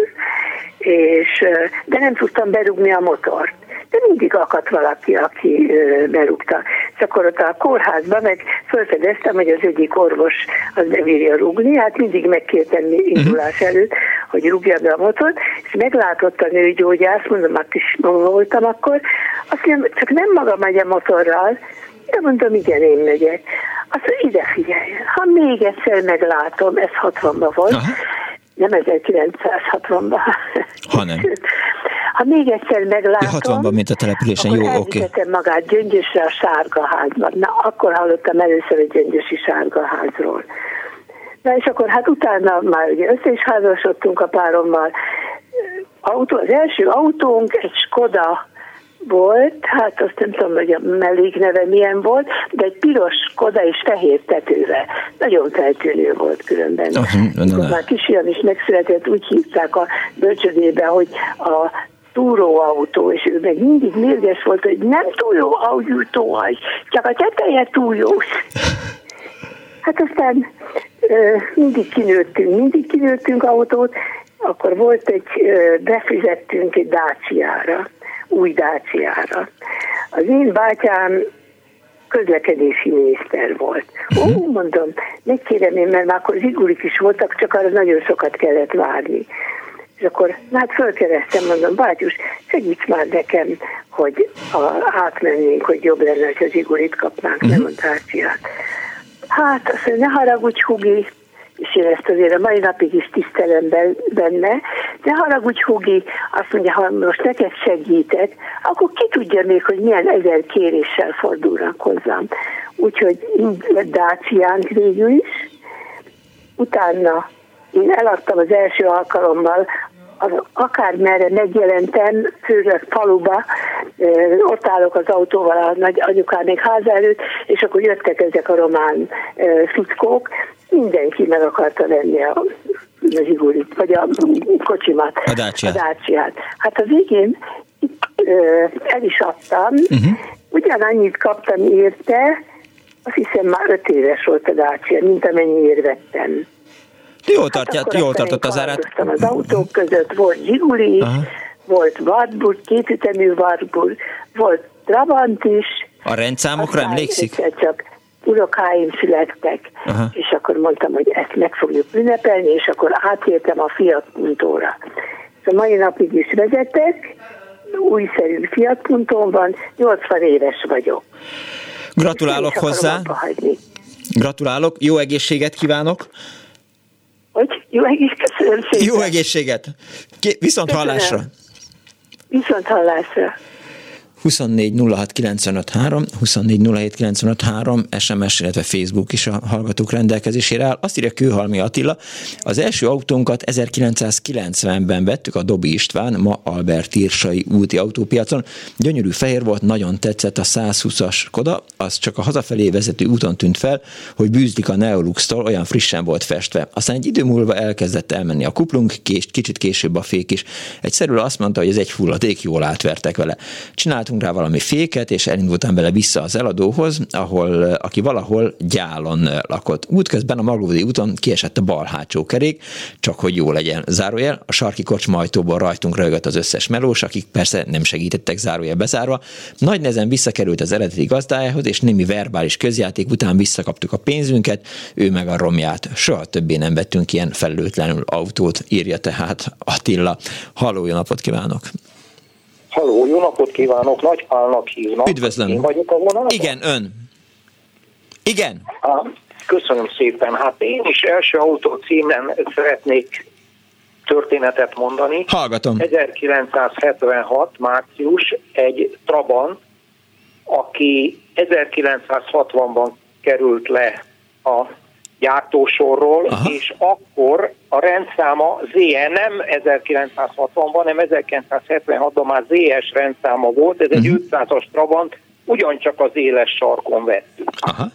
de nem tudtam berúgni a motort. De mindig akadt valaki, aki berúgta. És akkor ott a kórházban meg felfedeztem, hogy az egyik orvos az nem bírja rúgni, hát mindig megkértem indulás előtt, hogy rúgja be a motort, és meglátott a nőgyógyász, mondom, hát is voltam akkor, azt mondja, csak nem maga megy a motorral, de mondom, igen, én megyek. Azt mondja, ide figyelj, ha még egyszer meglátom, ez 60-ban volt, nem 1960-ban. Ha még egyszer meglátom, 60-ban, mint a településen, jó, oké. Elvihetem magát Gyöngyösre a Sárgaházban. Na, akkor hallottam először a Gyöngyösi Sárgaházról. Na, és akkor hát utána már ugye össze is házasodtunk a párommal. Az első autónk egy Skoda volt, hát azt nem tudom, hogy a mellékneve milyen volt, de egy piros Skoda és fehér tetővel. Nagyon feltűnő volt különben. Már kisfiam is megszületett, úgy hívták a bölcsödébe, hogy a túróautó, és ő meg mindig mérges volt, hogy nem túróautó, csak a teteje túljós. Hát aztán mindig kinőttünk autót, akkor volt befizettünk egy Dacia-ra, új Dacia-ra. Az én bátyám közlekedési miniszter volt. Mondom, megkérem én, mert már akkor zigulik is voltak, csak arra nagyon sokat kellett várni. És akkor hát fölkeresztem, mondom, bátyus, segíts már nekem, hogy átmennénk, hogy jobb lenne, hogy az igulit kapnánk, nem a Daciát. Hát azt mondja, ne haragudj, Hugi, és én ezt azért a mai napig is tisztelem benne, ne haragudj, Hugi, azt mondja, ha most neked segítek, akkor ki tudja még, hogy milyen 1000 kéréssel fordulnak hozzám. Úgyhogy lett Daciánk végül is, utána én eladtam az első alkalommal, akármerre megjelentem, főleg faluba, ott állok az autóval a nagy anyukám még háza előtt, és akkor jöttek ezek a román fickók, mindenki meg akarta venni a zsigulit, vagy a kocsimat, a Daciát. Hát a végén el is adtam, ugyanannyit kaptam érte, azt hiszem már 5 éves volt a Dacia, mint amennyiért vettem. Jól tartott az árát. Az autók között volt Zsiguli, volt Wartburg, kétütemű Wartburg, volt Trabant is. A rendszámokra emlékszik? Csak unokáim születtek, és akkor mondtam, hogy ezt meg fogjuk ünnepelni, és akkor átértem a Fiat Puntóra. A mai napig is vezetek, újszerű Fiat Puntón van, 80 éves vagyok. Gratulálok hozzá. Gratulálok, jó egészséget kívánok. Hogy? Jó egészséget, köszönöm szépen. Jó egészséget. Viszont hallásra. Viszont hallásra. 24 06 953, 24 07 953, SMS, illetve Facebook is a hallgatók rendelkezésére áll. Azt írja Kőhalmi Attila, az első autónkat 1990-ben vettük a Dobi István, ma Albert Irsai úti autópiacon. Gyönyörű fehér volt, nagyon tetszett a 120-as Skoda, az csak a hazafelé vezető úton tűnt fel, hogy bűzlik a Neolux-tól, olyan frissen volt festve. Aztán egy idő múlva elkezdett elmenni a kuplung, kicsit később a fék is. Egyszerűen azt mondta, hogy ez egy fulladék, jól átvertek vele. Csináltunk rá valami féket, és elindultam vele vissza az eladóhoz, aki valahol Gyálon lakott. Útközben a Maglódi úton kiesett a bal hátsó kerék, csak hogy jó legyen. Zárójel, a sarki kocsma ajtóból rajtunk röhögött az összes melós, akik persze nem segítettek, zárójel bezárva. Nagy nehezen visszakerült az eredeti gazdájához, és némi verbális közjáték után visszakaptuk a pénzünket, ő meg a romját. Soha többé nem vettünk ilyen felelőtlenül autót, írja tehát Attila. Halló, jó napot kívánok! Halló, jó napot kívánok, Nagy Pálnak hívnak. Üdvözlöm. Én vagyok a vonalban? Igen, ön. Igen. Köszönöm szépen. Hát én is első autó címen szeretnék történetet mondani. Hallgatom. 1976. március egy Trabant, aki 1960-ban került le a gyártósorról, és akkor a rendszáma ZE nem 1960-ban, hanem 1976-ban már ZS rendszáma volt, ez egy 500-as Trabant, ugyancsak az éles sarkon vettük. Aha.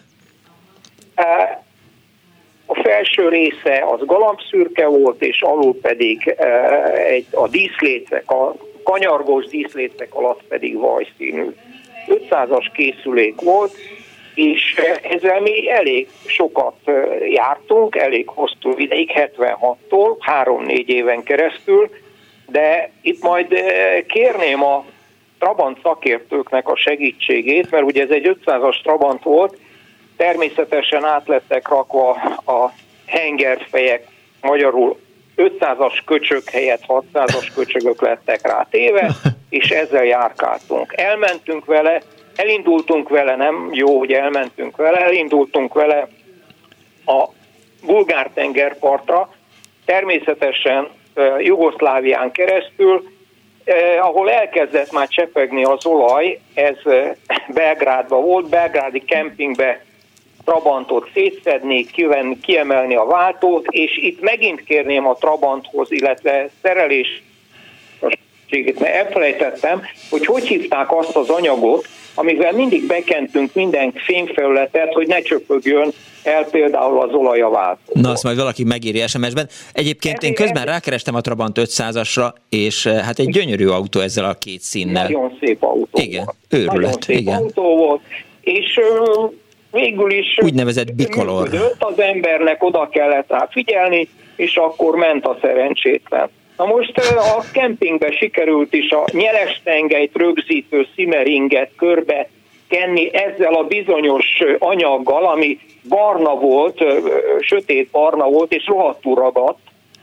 A felső része az galambszürke volt, és alul pedig a díszlécek, a kanyargós díszlécek alatt pedig vajszínű. 500-as készülék volt, és ezzel mi elég sokat jártunk, elég hosszú ideig, 76-tól, 3-4 éven keresztül, de itt majd kérném a Trabant szakértőknek a segítségét, mert ugye ez egy 500-as Trabant volt, természetesen át lettek rakva a hengerfejek, magyarul 500-as köcsög helyett 600-as köcsögök lettek rá téve, és ezzel járkáltunk. Elindultunk vele, nem jó, hogy elindultunk vele a bulgár tengerpartra, természetesen Jugoszlávián keresztül, ahol elkezdett már csepegni az olaj, ez Belgrádban volt, belgrádi kempingbe Trabantot szétszedni, kiemelni a váltót, és itt megint kérném a Trabanthoz, illetve szerelés, mert elfelejtettem, hogy hívták azt az anyagot, amivel mindig bekentünk minden fémfelületet, hogy ne csöpögjön el például az olaj a váltóból. Na, azt majd valaki megírja SMS-ben. Egyébként én közben rákerestem a Trabant 500-asra, és hát egy gyönyörű autó ezzel a két színnel. Nagyon szép autó igen, volt. Őrület, nagyon szép igen. autó volt, és végül is úgynevezett bikolor. Az embernek oda kellett rá figyelni, és akkor ment a szerencsétlen. Na most a kempingbe sikerült is a nyelestengelyt rögzítő szimeringet körbe kenni ezzel a bizonyos anyaggal, ami barna volt, sötét barna volt, és rohadtul ragadt.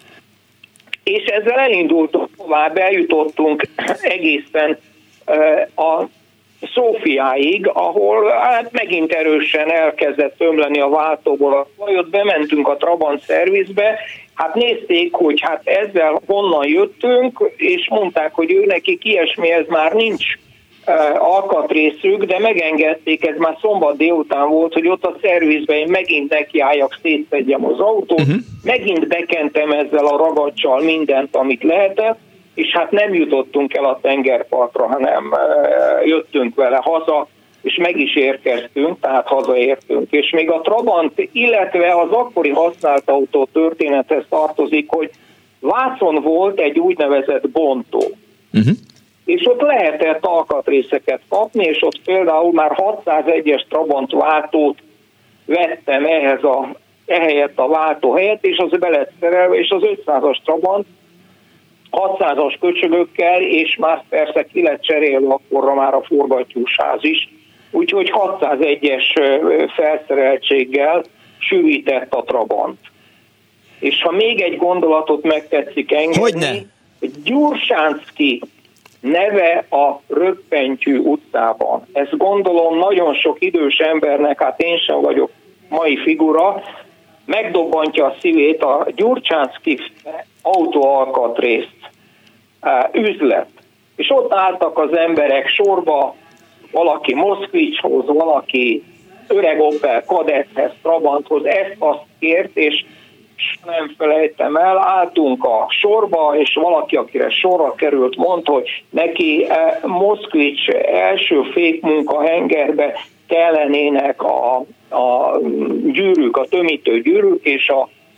És ezzel elindultunk tovább, eljutottunk egészen a Szófiáig, ahol hát megint erősen elkezdett ömleni a váltóból a vajot, bementünk a Trabant szervizbe, hát nézték, hogy hát ezzel honnan jöttünk, és mondták, hogy ő nekik ilyesmihez már nincs alkatrészük, de megengedték, ez már szombat délután volt, hogy ott a szervizben én megint nekiálljak, szétszedjem az autót, megint bekentem ezzel a ragacsal mindent, amit lehetett, és hát nem jutottunk el a tengerpartra, hanem jöttünk vele haza, és meg is érkeztünk, tehát hazaértünk. És még a Trabant, illetve az akkori használt autó történethez tartozik, hogy Vászon volt egy úgynevezett bontó. És ott lehetett alkatrészeket kapni, és ott például már 601-es Trabant váltót vettem ehelyett a váltó helyett, és az be lett szerelve, és az 500-as Trabant 600-as köcsögökkel, és már persze ki lett cserélve akkorra már a forgattyúsház is, úgyhogy 601-es felszereltséggel sűvített a Trabant. És ha még egy gondolatot megtetszik engedni, Gyurcsánszky neve a Röppentyű utcában. Ezt gondolom nagyon sok idős embernek, hát én sem vagyok mai figura, megdobbantja a szívét a Gyurcsánszky autóalkatrészt üzlet. És ott álltak az emberek sorba, valaki Moszkvicshoz, valaki öreg Opel Kadetthez, Trabanthoz, ezt-azt kért, és nem felejtem el, álltunk a sorba, és valaki, akire sorra került, mondta, hogy neki Moszkvics első fékmunkahengerbe kellenének a gyűrűk, a tömítő gyűrűk, és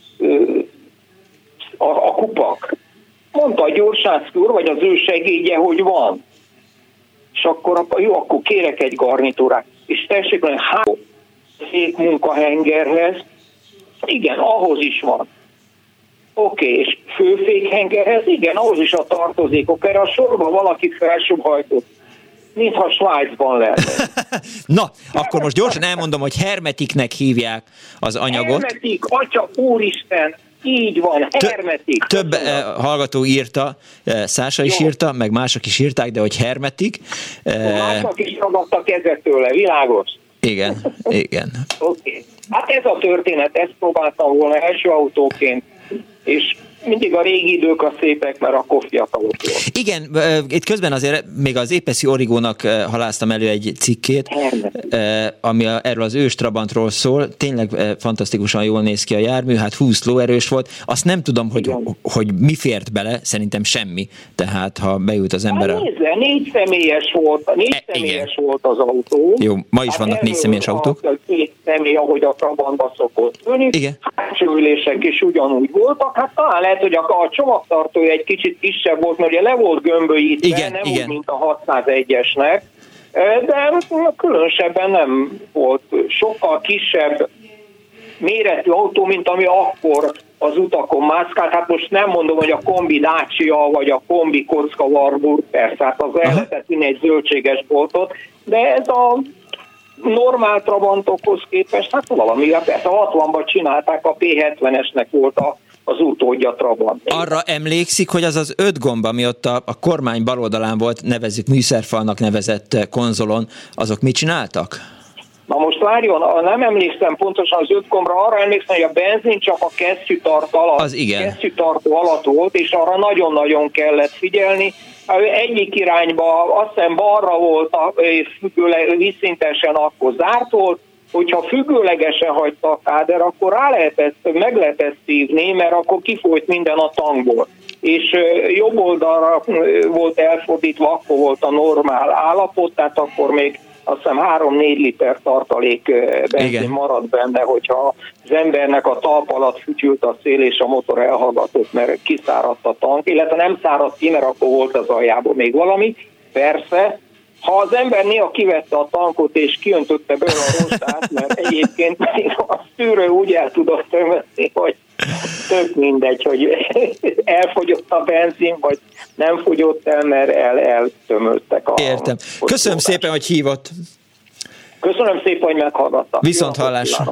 a kupak. Mondta a Gyurcsánszky úr, vagy az ő segédje, hogy van. És akkor jó, akkor kérek egy garnitúrát. És tessék, hogy fékmunkahengerhez, igen, ahhoz is van. Oké, és főfékhengerhez, igen, ahhoz is a tartozékok. Erre a sorban valaki felsőhajtott, mintha Svájcban lenne. Na, akkor most gyorsan elmondom, hogy hermetiknek hívják az anyagot. Hermetik, atya, úristen, így van, hermetik. Több hallgató írta, Szása is írta, meg mások is írták, de hogy hermetik. Mások is ragadtak kezet tőle, világos? Igen, igen. Oké. Hát ez a történet, ezt próbáltam volna első autóként, és mindig a régi idők a szépek, mert akkor fiatalok volt. Igen, itt közben azért még az Épeszi Origónak haláztam elő egy cikkét, ami erről az ős Trabantról szól. Tényleg fantasztikusan jól néz ki a jármű, hát 20 lóerős volt. Azt nem tudom, hogy mi fért bele, szerintem semmi. Tehát, ha beült az ember... Nézze, 4 személyes volt, volt az autó. Jó, ma is vannak 4 személyes autók. 2 személy, ahogy a Trabantba szokott ülni. Igen. Hátsó ülések is ugyanúgy voltak. Hát talán lehet, hogy a csomagtartója egy kicsit kisebb volt, mert ugye le volt gömbölyítve, nem úgy, mint a 601-esnek. De különösebben nem volt sokkal kisebb méretű autó, mint ami akkor az utakon mászkált. Hát most nem mondom, hogy a kombi Dacia vagy a kombi kocka Warburg, persze, hát az el lehetett vinni egy zöldséges boltot, de ez a normál Trabantokhoz képest, hát valami, persze a 60-ban csinálták, a P70-esnek volt az utódja Trabant. Arra emlékszik, hogy az 5 gomb, ami ott a kormány bal oldalán volt, nevezzük műszerfalnak nevezett konzolon, azok mit csináltak? Na most várjon, nem emlékszem pontosan az 5 gombra, arra emlékszem, hogy a benzin csak a kesztyűtartó alatt volt, és arra nagyon-nagyon kellett figyelni. Egyik irányba, azt hiszem balra volt, vízszintesen akkor zárt volt, hogyha függőlegesen hagyta a káder, akkor meg lehetett szívni, mert akkor kifolyt minden a tankból. És jobb oldalra volt elfordítva, akkor volt a normál állapot, tehát akkor még azt hiszem 3-4 liter tartalék benzin maradt benne, hogyha az embernek a talp alatt fütyült a szél, és a motor elhallgatott, mert kiszáradt a tank, illetve nem száradt ki, mert akkor volt az aljában még valami. Persze, ha az ember néha kivette a tankot és kiöntötte belőle a rozsdát, mert egyébként a szűrő úgy el tudott tömötni, hogy tök mindegy, hogy elfogyott a benzin, vagy nem fogyott el, mert eltömöltek a... Értem. Köszönöm szépen, hogy hívott. Köszönöm szépen, hogy meghallgattak. Viszont hallásra.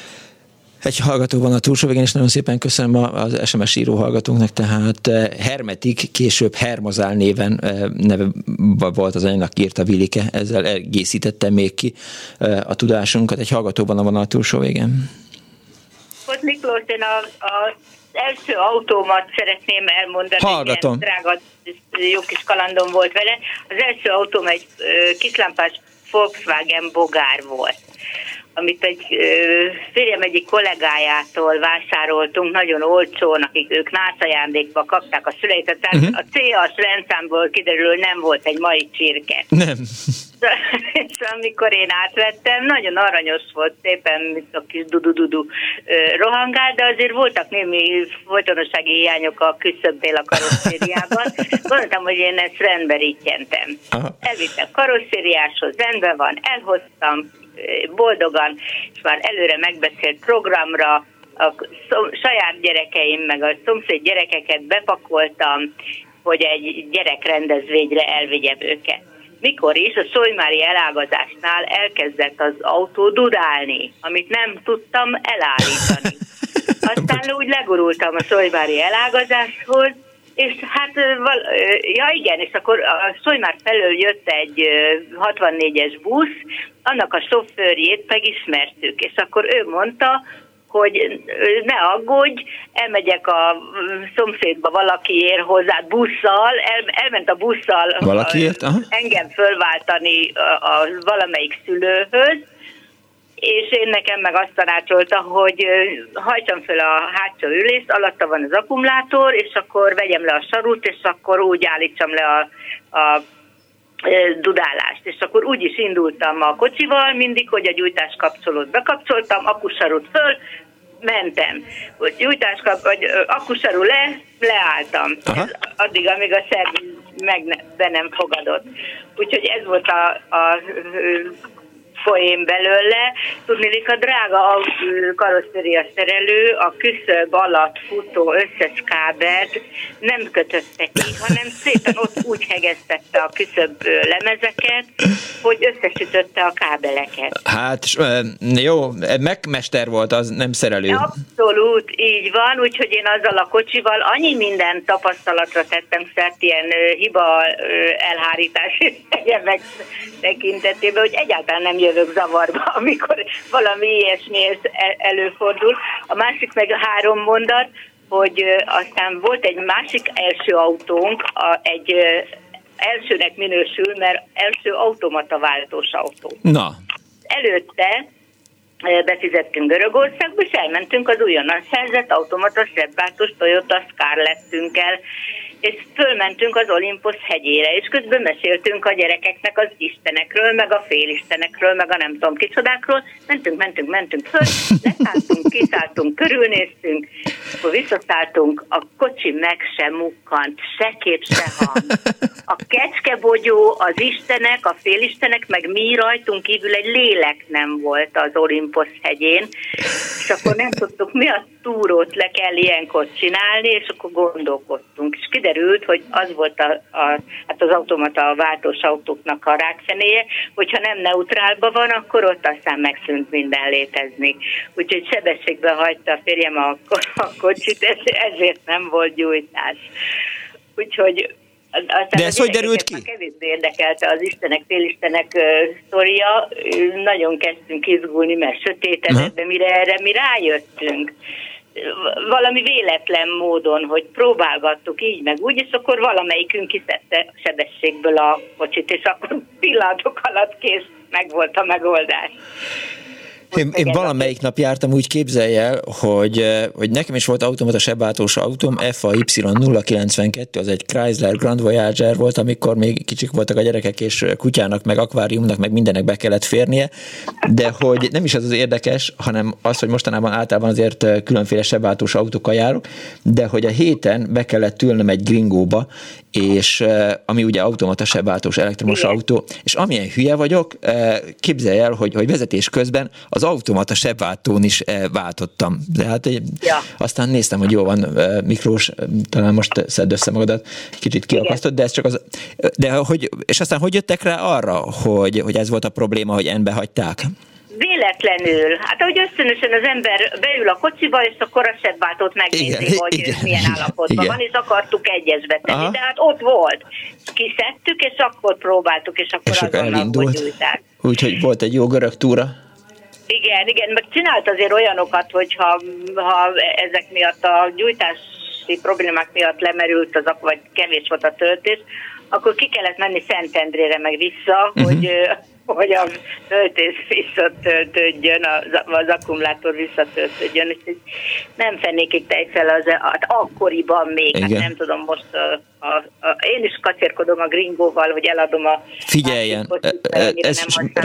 Egy hallgató van a túlsó végén, és nagyon szépen köszönöm az SMS író hallgatónknak, tehát Hermetik, később Hermozál neve volt az anyának, írta Vilike, ezzel egészítette még ki a tudásunkat. Egy hallgató van a túlsó végén. Ott Miklós, én az első autómat szeretném elmondani. Hallgatom. Drága, jó kis kalandom volt vele. Az első autóm egy kislámpás Volkswagen Bogár volt, amit egy férjem egyik kollégájától vásároltunk, nagyon olcsón, akik ők nászajándékba kapták a szüleit. Tehát a C-as rendszámból kiderül, hogy nem volt egy mai csirke. Nem. És amikor én átvettem, nagyon aranyos volt, szépen, mint a kis dudu-dudu rohangál, de azért voltak némi folytonossági hiányok a küszöbnél a karosszériában. Gondoltam, hogy én ezt rendbe rittyentem. Elvittem karosszériáshoz, rendben van, elhoztam, boldogan, és már előre megbeszélt programra a saját gyerekeim, meg a szomszéd gyerekeket bepakoltam, hogy egy gyerekrendezvényre elvigyem őket. Mikor is a Solymári elágazásnál elkezdett az autó dudálni, amit nem tudtam elállítani. Aztán úgy legurultam a Solymári elágazáshoz, és hát, igen, és akkor a Solymár felől jött egy 64-es busz, annak a sofőrjét megismertük, és akkor ő mondta, hogy ne aggódj, elmegyek a szomszédba valakiért hozzá busszal, elment a busszal engem fölváltani a valamelyik szülőhöz, és én nekem meg azt tanácsolta, hogy hajtsam fel a hátsó ülést, alatta van az akkumulátor, és akkor vegyem le a sarut, és akkor úgy állítsam le a dudálást. És akkor úgy is indultam a kocsival mindig, hogy a gyújtáskapcsolót bekapcsoltam, akkusarut föl, mentem. Akkusaru leálltam. Addig, amíg a szerviz be nem fogadott. Úgyhogy ez volt a poén belőle. Tudnélik, a drága karosszéria szerelő a küszöb alatt futó összes kábelt nem kötötte ki, hanem szépen ott úgy hegesztette a küszöb lemezeket, hogy összesütötte a kábeleket. Hát jó, megmester volt, az nem szerelő. Abszolút, így van, úgyhogy én azzal a kocsival annyi minden tapasztalatra tettem szert ilyen hiba elhárítás meg tekintetében, hogy egyáltalán nem jövök zavarba, amikor valami ilyesmi előfordul. A másik meg 3 mondat, hogy aztán volt egy másik első autónk, egy elsőnek minősül, mert első automata váltós autó. Na. Előtte befizettünk Görögországba, és elmentünk az újonnan szerzett automata sebváltós Toyota Scarlettünkkel, és fölmentünk az Olympus hegyére, és közben meséltünk a gyerekeknek az istenekről, meg a félistenekről, meg a nem tudom kicsodákról. Mentünk föl, leszálltunk, kiszálltunk, körülnéztünk, akkor visszaszálltunk, a kocsi meg sem mukkant, se kép, se hang. A kecskebogyó, az istenek, a félistenek, meg mi rajtunk kívül egy lélek nem volt az Olympus hegyén, és akkor nem tudtuk, mi a túrót le kell ilyenkor csinálni, és akkor gondolkodtunk. És kiderült, hogy az volt hát az automata váltós autóknak a rákfenéje, hogyha nem neutrálban van, akkor ott aztán megszűnt minden létezni. Úgyhogy sebességbe hagyta a férjem a kocsit, ezért nem volt gyújtás. Úgyhogy de ez hogy derült ki? Kevésbé érdekelte az istenek, félistenek sztoria, nagyon kezdtünk izgulni, mert sötétedett, de mire erre mi rájöttünk, valami véletlen módon, hogy próbálgattuk így meg úgy, és akkor valamelyikünk kiszedte sebességből a kocsit, és akkor pillanatok alatt kész, meg volt a megoldás. Én valamelyik nap jártam, úgy képzelj el, hogy nekem is volt automata sebváltós autóm, FAY 092, az egy Chrysler Grand Voyager volt, amikor még kicsik voltak a gyerekek, és kutyának, meg akváriumnak, meg mindennek be kellett férnie, de hogy nem is az érdekes, hanem az, hogy mostanában általában azért különféle sebváltós autókkal járok, de hogy a héten be kellett ülnöm egy gringóba, és ami ugye automata sebváltós elektromos autó, és amilyen hülye vagyok, képzelj el, hogy vezetés közben az automata sebváltón is váltottam. De hát aztán néztem, hogy jó van, Miklós, talán most szedd össze magadat, kicsit kiakasztott, de ez csak az... És aztán hogy jöttek rá arra, hogy ez volt a probléma, hogy enbe hagyták? Véletlenül. Hát ahogy ösztönösen az ember beül a kocsiba, és akkor a sebváltót megnézi, hogy milyen állapotban van, és akartuk egyesbe tenni. De hát ott volt. Kiszedtük, és akkor próbáltuk, és akkor azonnal gyújták. Úgyhogy volt egy jó görög túra. Igen, meg csinált azért olyanokat, hogyha ezek miatt a gyújtási problémák miatt lemerült vagy kevés volt a töltés, akkor ki kellett menni Szentendrére meg vissza, hogy a töltés visszatöltődjön, az akkumulátor visszatöltődjön, és nem fennékig tejfel akkoriban még, hát nem tudom most, én is kacérkodom a gringóval, hogy eladom a... Figyeljen, ez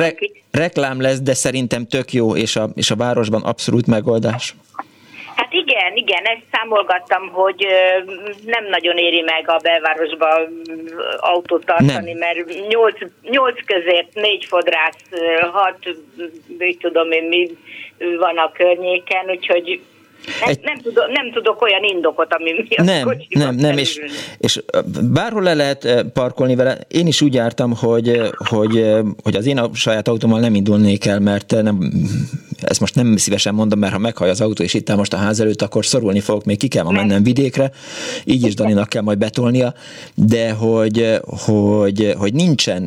reklám lesz, de szerintem tök jó, és a városban abszolút megoldás. Hát igen, ezt számolgattam, hogy nem nagyon éri meg a belvárosba autót tartani, mert 8 közért 4 fodrász, 6, mit tudom én, mi van a környéken, úgyhogy nem tudok olyan indokot, ami miatt kocsiba nem, és bárhol le lehet parkolni vele. Én is úgy jártam, hogy az én a saját autómmal nem indulnék el, mert ezt most nem szívesen mondom, mert ha meghaj az autó, és itt áll most a ház előtt, akkor szorulni fogok, még ki kell ma mennem vidékre, így is Daninak kell majd betolnia, de hogy nincsen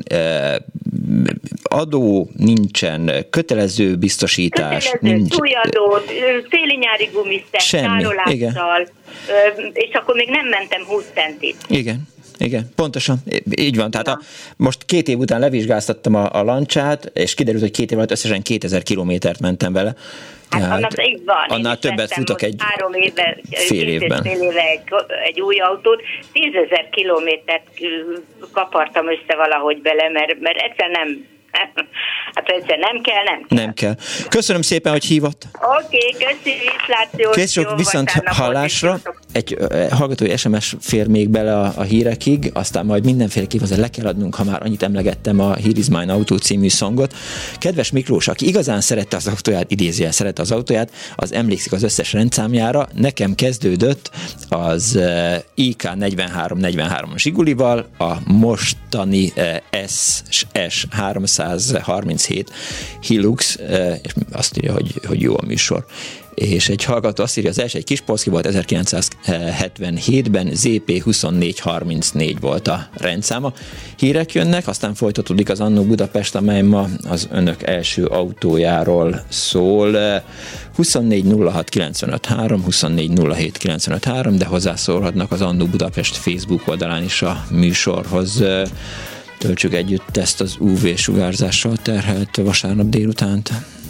adó, nincsen kötelező biztosítás. Súlyadó, téli-nyári gumiszett, tárolással, és akkor még nem mentem 20 centit. Igen, pontosan, így van. Tehát most 2 év után levizsgáztattam a Lancsát, és kiderült, hogy 2 év alatt összesen 2000 kilométert mentem vele. Annál többet futok egy 3 éve, fél évben. Egy új autót, 10 000 kilométert kapartam össze valahogy bele, mert egyszer nem. Hát egyszer nem kell. Köszönöm szépen, hogy hívott. Oké, köszi, viszlát, Kész sok viszont hallásra. Egy hallgatói SMS fér még bele a hírekig, aztán majd mindenféleképp azért le kell adnunk, ha már annyit emlegettem a Here is Mine Auto című szongot. Kedves Miklós, aki igazán szerette az autóját, idézően szerette az autóját, az emlékszik az összes rendszámjára. Nekem kezdődött az IK 4343 Zsigulival, a mostani SS 337 Hilux, és azt írja, hogy jó a műsor. És egy hallgató azt írja, az első egy Kispolszki volt, 1977-ben ZP2434 volt a rendszáma. Hírek jönnek, aztán folytatódik az Annó Budapest, amely ma az önök első autójáról szól. 24.06.95.3, 24.07.95.3, de hozzászólhatnak az Annó Budapest Facebook oldalán is a műsorhoz. Töltsük együtt ezt az UV-sugárzással terhelt vasárnap délutánt.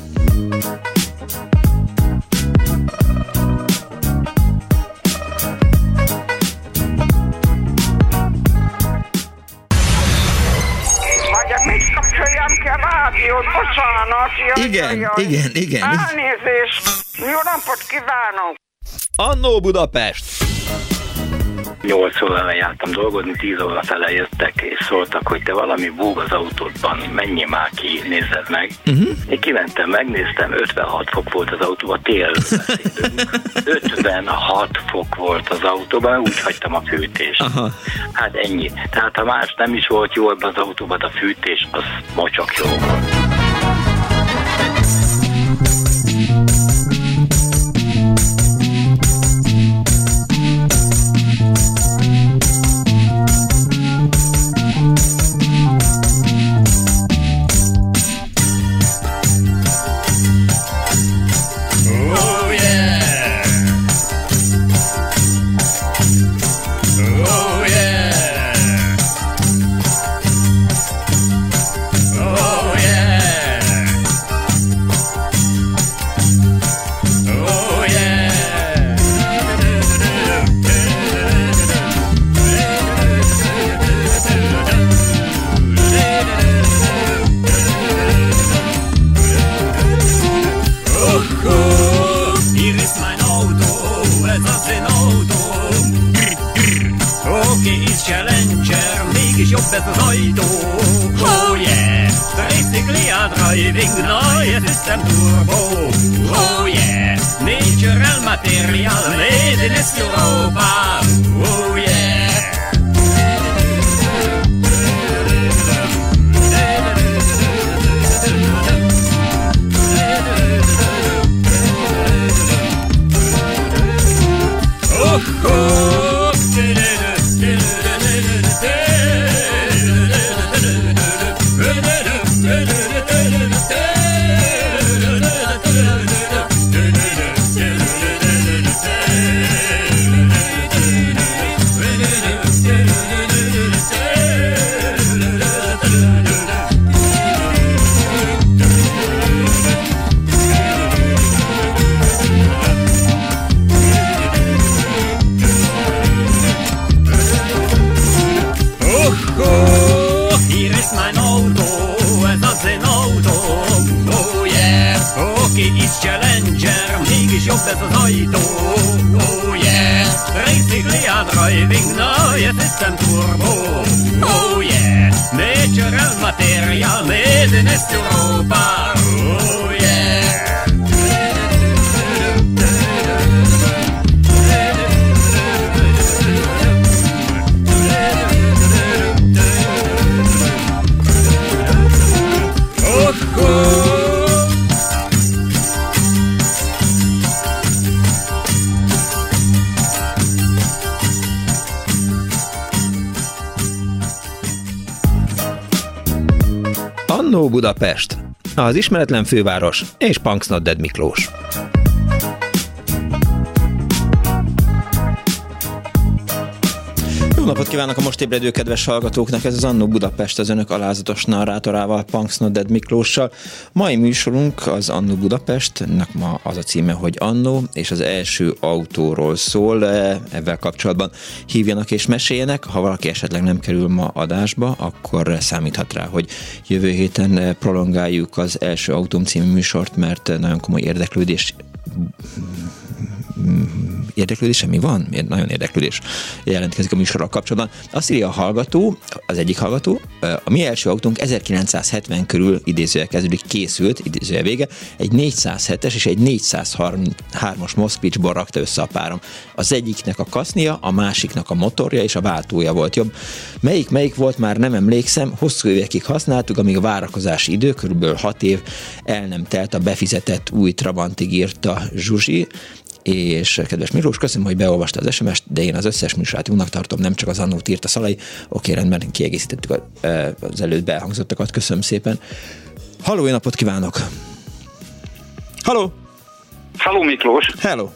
Igen. Elnézést! Jó napot kívánok! Annó Budapest! 8 órán jártam dolgozni, 10 óra fele jöttek, és szóltak, hogy te valami búg az autódban, menjél már ki, nézzed meg. Én kimentem, megnéztem, 56 fok volt az autóban, tél beszélünk. 56 fok volt az autóban, úgy hagytam a fűtést. Aha. Hát ennyi. Tehát ha más nem is volt jó ebben az autóban, a fűtés az mocsok jó volt. Jobb ez az ajtó, oh yeah, basically I'm driving, now system turbo, oh yeah, natural material made in East Europa, oh yeah. Oh, oh. Is Challenger, mégis jobb ez az ajtó, oh yeah, basically I'm driving, now yes system turbo, oh yeah, natural material made in East Europa, oh yeah. Annó Budapest, az ismeretlen főváros és Punks Not Dead Miklós. Jó napot kívánok a most ébredő kedves hallgatóknak, ez az Annó Budapest az önök alázatos narrátorával, Punks Not Dead Miklóssal. Mai műsorunk az Annó Budapestnek ma az a címe, hogy Annó, és az első autóról szól. Ezzel kapcsolatban hívjanak és meséljenek. Ha valaki esetleg nem kerül ma adásba, akkor számíthat rá, hogy jövő héten prolongáljuk az első autóm című műsort, mert nagyon komoly érdeklődés érdeklődés, semmi van? Nagyon érdeklődés jelentkezik a műsorral kapcsolatban. Azt írja a hallgató, az egyik hallgató, a mi első autónk 1970 körül idézőjel kezdődik, készült, idézőjel vége, egy 407-es és egy 433-as Moszkvicsból rakta össze a párom. Az egyiknek a kasznia, a másiknak a motorja és a váltója volt jobb. Melyik volt, már nem emlékszem, hosszú évekig használtuk, amíg a várakozási idő, körülbelül 6 év el nem telt a befizetett új Trabantig, írta Zsuzsi. És kedves Miklós, köszönöm, hogy beolvasta az SMS-t, de én az összes műsorát jónak tartom, nem csak az Annót írta Szalai. Oké, rendben, kiegészítettük az előtt elhangzottakat, köszönöm szépen. Halló, jó napot kívánok! Halló! Halló, Miklós! Hello!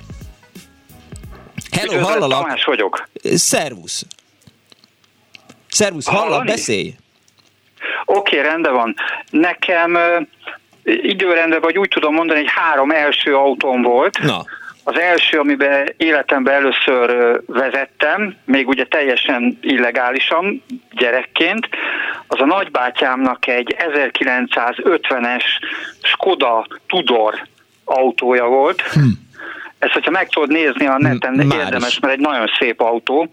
Hello, hallalak! Tamás vagyok. Szervusz! Szervusz, hallak, beszélj! Oké, rendben van. Nekem időrendben, vagy úgy tudom mondani, hogy 3 első autóm volt. Na. Az első, amiben életemben először vezettem, még ugye teljesen illegálisan, gyerekként, az a nagybátyámnak egy 1950-es Skoda Tudor autója volt. Ezt, hogyha meg tudod nézni a neten, érdemes, mert egy nagyon szép autó.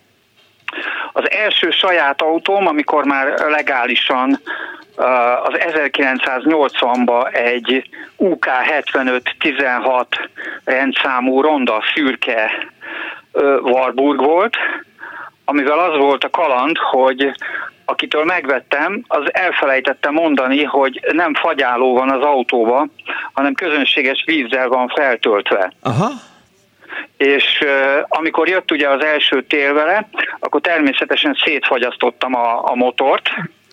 Az első saját autóm, amikor már legálisan az 1980-ban egy UK 75-16 rendszámú ronda szürke Warburg volt, amivel az volt a kaland, hogy akitől megvettem, az elfelejtette mondani, hogy nem fagyáló van az autóba, hanem közönséges vízzel van feltöltve. Aha. És amikor jött ugye az első tél vele, akkor természetesen szétfagyasztottam a motort,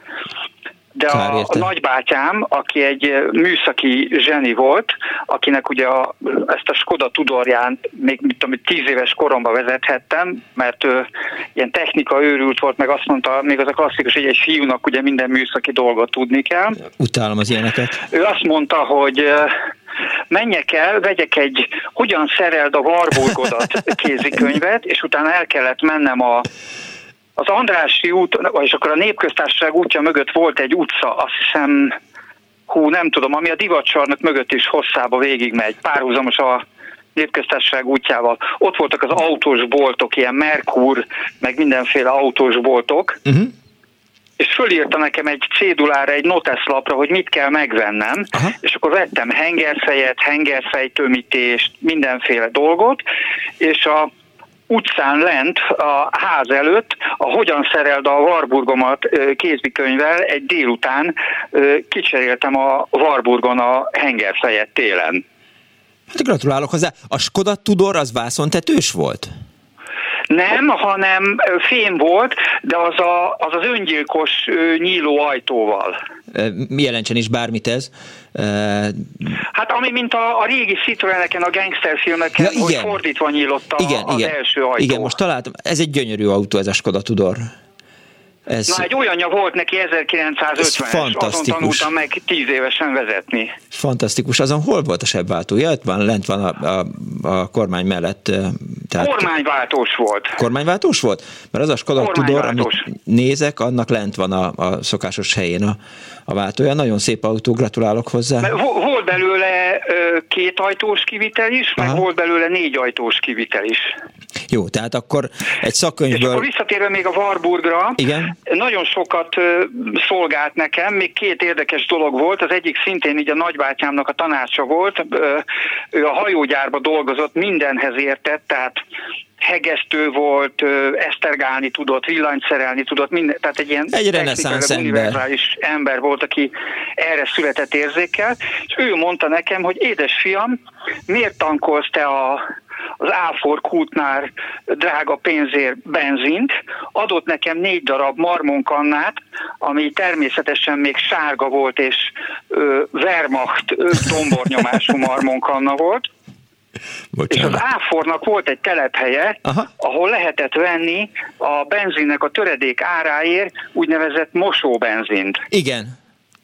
de a nagybátyám, aki egy műszaki zseni volt, akinek ugye ezt a Skoda Tudorján még 10 éves koromban vezethettem, mert ő ilyen technika őrült volt, meg azt mondta, még az a klasszikus, hogy egy fiúnak ugye minden műszaki dolgot tudni kell. Utálom az ilyeneket. Ő azt mondta, hogy menjek el, vegyek egy Hogyan szereld a Warburgodat kézikönyvet, és utána el kellett mennem az Andrássy út, és akkor a Népköztársaság útja mögött volt egy utca, azt hiszem, nem tudom, ami a Divatcsarnok mögött is hosszába végigmegy, párhuzamos a Népköztársaság útjával. Ott voltak az autós boltok, ilyen Merkur, meg mindenféle autós boltok, és fölírta nekem egy cédulára, egy noteszlapra, hogy mit kell megvennem, és akkor vettem hengerfejet, hengerfejtömítést, mindenféle dolgot, és a utcán lent, a ház előtt, a Hogyan szereld a Warburgomat kézbikönyvvel egy délután kicseréltem a Warburgon a hengerfejet télen. Hát gratulálok hozzá. A Skoda Tudor az vászontetős volt? Nem, hanem fém volt, de az öngyilkos nyíló ajtóval. Mi jelentsen is bármit ez? Hát ami mint a régi Citroeneken, a gangsterfilmeken, hogy fordítva nyílott az első ajtó. Igen, most találtam. Ez egy gyönyörű autó, ez a Skoda Tudor. Na, egy olyanja volt neki 1950-es, azon tanultam meg 10 évesen vezetni. Fantasztikus. Azon hol volt a sebváltója? Lent van a kormány mellett. Tehát kormányváltós volt. Kormányváltós volt? Mert az a Skoda Tudor, amit nézek, annak lent van a szokásos helyén a váltója. Nagyon szép autó, gratulálok hozzá. Volt belőle 2 ajtós kivitel is, meg volt belőle 4 ajtós kivitel is. Jó, tehát akkor egy szakkönyvből... És akkor visszatérve még a Warburgra, igen? Nagyon sokat szolgált nekem, még 2 érdekes dolog volt, az egyik szintén így a nagybátyámnak a tanácsa volt, ő a hajógyárba dolgozott, mindenhez értett, tehát hegesztő volt, esztergálni tudott, villanyt szerelni tudott, tehát egy ilyen reneszánsz univerzális ember volt, aki erre született érzékkel, és ő mondta nekem, hogy édes fiam, miért tankolsz te az Áfor kútnál drága pénzért benzint, adott nekem 4 darab marmonkannát, ami természetesen még sárga volt, és Wehrmacht dombornyomású marmonkanna volt. Bocsánat. És az Áfornak volt egy telephelye, ahol lehetett venni a benzinnek a töredék áráért úgynevezett mosóbenzint. Igen.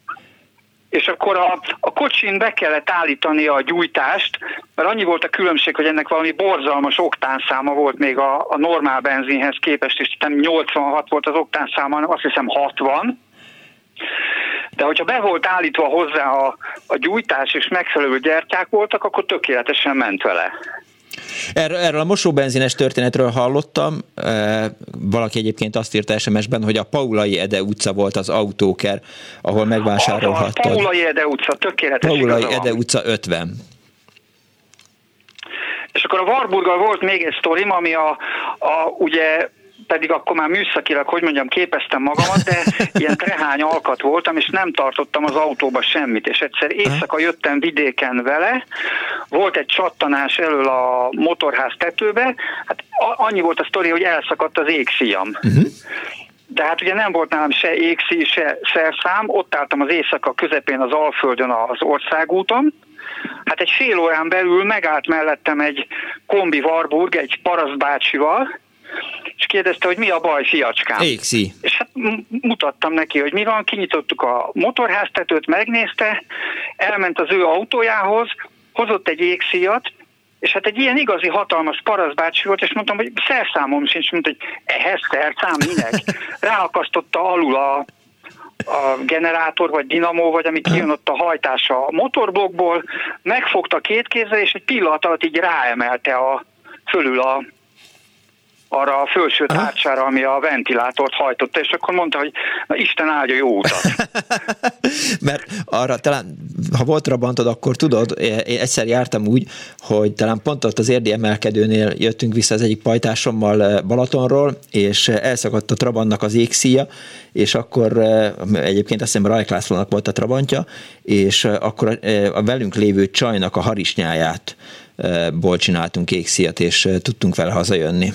És akkor a kocsin be kellett állítani a gyújtást, mert annyi volt a különbség, hogy ennek valami borzalmas oktánszáma volt még a normál benzinhez képest, és nem 86 volt az oktánszáma, hanem azt hiszem 60. De hogyha be volt állítva hozzá a gyújtás, és megfelelő gyertyák voltak, akkor tökéletesen ment vele. Erről a mosóbenzines történetről hallottam, valaki egyébként azt írta SMS-ben, hogy a Paulai Ede utca volt az autóker, ahol megvásárolhattad. A Paulai Ede utca, tökéletes. Paulai Ede utca 50. És akkor a Warburggal volt még egy sztorim, ami ugye pedig akkor már műszakilag, hogy mondjam, képeztem magamat, de ilyen trehány alkat voltam, és nem tartottam az autóba semmit, és egyszer éjszaka jöttem vidéken vele, volt egy csattanás elől a motorház tetőbe, hát annyi volt a sztori, hogy elszakadt az égszíjam. De hát ugye nem volt nálam se égszíj, se szerszám, ott álltam az éjszaka közepén az Alföldön az országúton, hát egy fél órán belül megállt mellettem egy kombi Warburg, egy parasztbácsival, és kérdezte, hogy mi a baj, fiacskám. Égszíj. És hát mutattam neki, hogy mi van, kinyitottuk a motorháztetőt, megnézte, elment az ő autójához, hozott egy égszíjat, és hát egy ilyen igazi hatalmas parasztbácsi volt, és mondtam, hogy szerszámom sincs, mondta, hogy ehhez szerszám minek? Ráakasztotta alul a generátor, vagy dinamó, vagy ami kijön ott a hajtása a motorblokkból, megfogta két kézzel, és egy pillanat alatt így ráemelte fölül arra a felső tárcsára, ami a ventilátort hajtotta, és akkor mondta, hogy na Isten áldja jó utat. Mert arra talán, ha volt trabantod, akkor tudod, én egyszer jártam úgy, hogy talán pont ott az érdi emelkedőnél jöttünk vissza az egyik pajtásommal Balatonról, és elszakadt a trabantnak az égszíja, és akkor egyébként azt hiszem Rajk Lászlónak volt a trabantja, és akkor a velünk lévő csajnak a harisnyájátból csináltunk égszíjat, és tudtunk vele hazajönni.